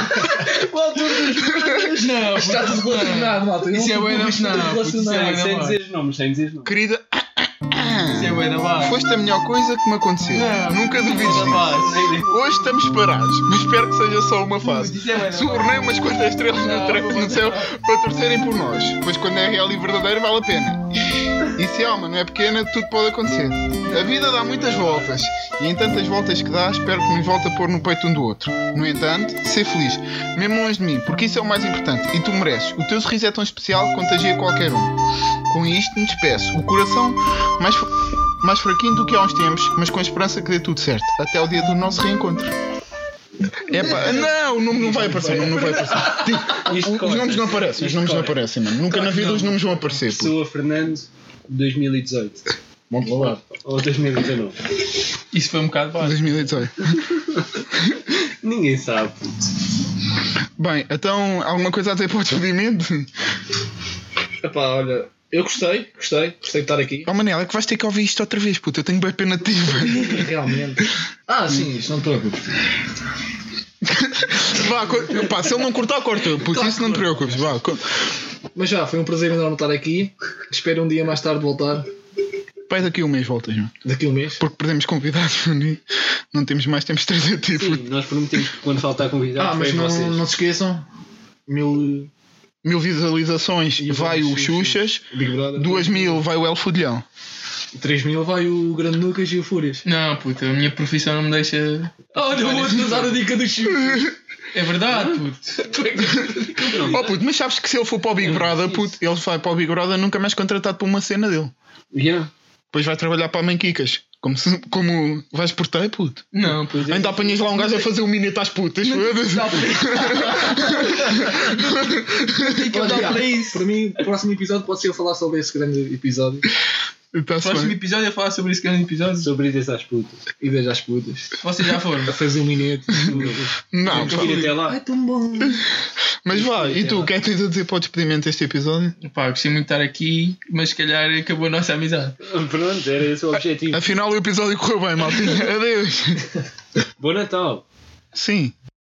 [SPEAKER 3] Não,
[SPEAKER 4] Está tudo relacionado, malta. Eu
[SPEAKER 3] Isso é
[SPEAKER 4] não
[SPEAKER 3] bué da-
[SPEAKER 4] isto está tudo
[SPEAKER 3] não, puto, isso é
[SPEAKER 4] relacionado.
[SPEAKER 3] bué
[SPEAKER 1] Sem
[SPEAKER 3] da-
[SPEAKER 1] dizer os nomes, sem dizer os nomes.
[SPEAKER 2] Querida,
[SPEAKER 3] Isso é bué da base.
[SPEAKER 2] foste a melhor coisa que me aconteceu.
[SPEAKER 3] Não,
[SPEAKER 2] Nunca duvides
[SPEAKER 3] bué da
[SPEAKER 2] disso.
[SPEAKER 3] base.
[SPEAKER 2] Hoje estamos parados, mas espero que seja só uma fase.
[SPEAKER 3] Isso é bué da base.
[SPEAKER 2] Subornei umas quantas estrelas no,
[SPEAKER 3] Não,
[SPEAKER 2] tra-
[SPEAKER 3] não,
[SPEAKER 2] no céu para torcerem por nós, pois quando é real e verdadeiro vale a pena. E se a alma não é pequena, tudo pode acontecer. A vida dá muitas voltas, e em tantas voltas que dá, espero que nos volte a pôr no peito um do outro. No entanto, ser feliz, mesmo longe de mim, porque isso é o mais importante, e tu mereces. O teu sorriso é tão especial que contagia qualquer um. Com isto me despeço. O coração mais, fra- mais fraquinho do que há uns tempos, mas com a esperança que dê tudo certo, até ao dia do nosso reencontro. Epá, não, o nome não vai aparecer, o nome não vai aparecer.
[SPEAKER 1] Isto
[SPEAKER 2] Os
[SPEAKER 1] corta.
[SPEAKER 2] nomes não aparecem, os
[SPEAKER 1] Isto
[SPEAKER 2] nomes não
[SPEAKER 1] corta.
[SPEAKER 2] aparecem, mano. Nunca na vida os nomes vão aparecer. pô.
[SPEAKER 1] Pessoa Fernando dois mil e dezoito.
[SPEAKER 2] Vamos lá.
[SPEAKER 1] Ou dois mil e dezanove.
[SPEAKER 3] Isso foi um bocado básico.
[SPEAKER 2] dois mil e dezoito.
[SPEAKER 1] Ninguém sabe. puto.
[SPEAKER 2] Bem, então, alguma coisa a dizer para o despedimento?
[SPEAKER 4] Epá, olha, eu gostei, gostei, gostei de estar aqui.
[SPEAKER 2] Oh Manel, é que vais ter que ouvir isto outra vez, puto. Eu tenho bem pena de ti.
[SPEAKER 4] Realmente. Ah, sim, isto não te preocupes.
[SPEAKER 2] Vá, co- pá, se ele não cortar, corta. Puto,
[SPEAKER 4] Claro
[SPEAKER 2] isso não te
[SPEAKER 4] que
[SPEAKER 2] preocupes. Vá, co-
[SPEAKER 4] Mas já, foi um prazer enorme estar aqui. Espero um dia mais tarde voltar,
[SPEAKER 2] Pai, daqui a um mês voltas, mano.
[SPEAKER 4] daqui a um mês.
[SPEAKER 2] Porque perdemos convidados, mano, e não temos mais, temos de trazer ti, puto.
[SPEAKER 1] Sim, nós prometemos que quando faltar convidado
[SPEAKER 4] Ah, mas
[SPEAKER 1] foi
[SPEAKER 4] não,
[SPEAKER 1] vocês.
[SPEAKER 4] não se esqueçam. Mil.
[SPEAKER 2] Mil visualizações
[SPEAKER 4] E
[SPEAKER 2] vai o
[SPEAKER 4] Xuxas.
[SPEAKER 2] Xuxas,
[SPEAKER 4] Big Brother.
[SPEAKER 2] duas mil vai o El Fudilhão.
[SPEAKER 4] três mil vai o Grande Lucas e o Fúrias.
[SPEAKER 3] Não, puto, a minha profissão não me deixa.
[SPEAKER 4] Olha, eu vou-te dar a dica do Chico.
[SPEAKER 3] É verdade, puto.
[SPEAKER 2] Oh puto, mas sabes que se ele for para o Big Brother, puto, ele vai para o Big Brother nunca mais contratado para uma cena dele.
[SPEAKER 1] Yeah.
[SPEAKER 2] Depois vai trabalhar para a Mãe Quicas. Como, se, como vais por ti, puto.
[SPEAKER 3] Não, puto.
[SPEAKER 2] Ainda apanhas lá um gajo a fazer um minuto às putas. foda-se.
[SPEAKER 3] Tem que
[SPEAKER 4] Olha,
[SPEAKER 3] dar
[SPEAKER 4] já,
[SPEAKER 3] para isso.
[SPEAKER 4] para mim, o próximo episódio pode ser eu falar sobre esse grande episódio.
[SPEAKER 2] Tá-se
[SPEAKER 3] O próximo
[SPEAKER 2] bem.
[SPEAKER 3] episódio é falar sobre esse grande episódio.
[SPEAKER 1] Sobre isso às putas.
[SPEAKER 4] E veja as putas.
[SPEAKER 3] Vocês já foram.
[SPEAKER 4] A fazer um minete.
[SPEAKER 2] Não,
[SPEAKER 1] Vamos ir até lá.
[SPEAKER 4] Ai, tão bom.
[SPEAKER 2] mas vá, e tu, o que é que tens a dizer para o despedimento deste episódio?
[SPEAKER 3] Pá, gostei muito de estar aqui, mas se calhar acabou a nossa amizade.
[SPEAKER 1] Pronto, era esse o objetivo.
[SPEAKER 2] Afinal, o episódio correu bem, maltinha. Adeus.
[SPEAKER 1] Bom Natal!
[SPEAKER 2] Sim.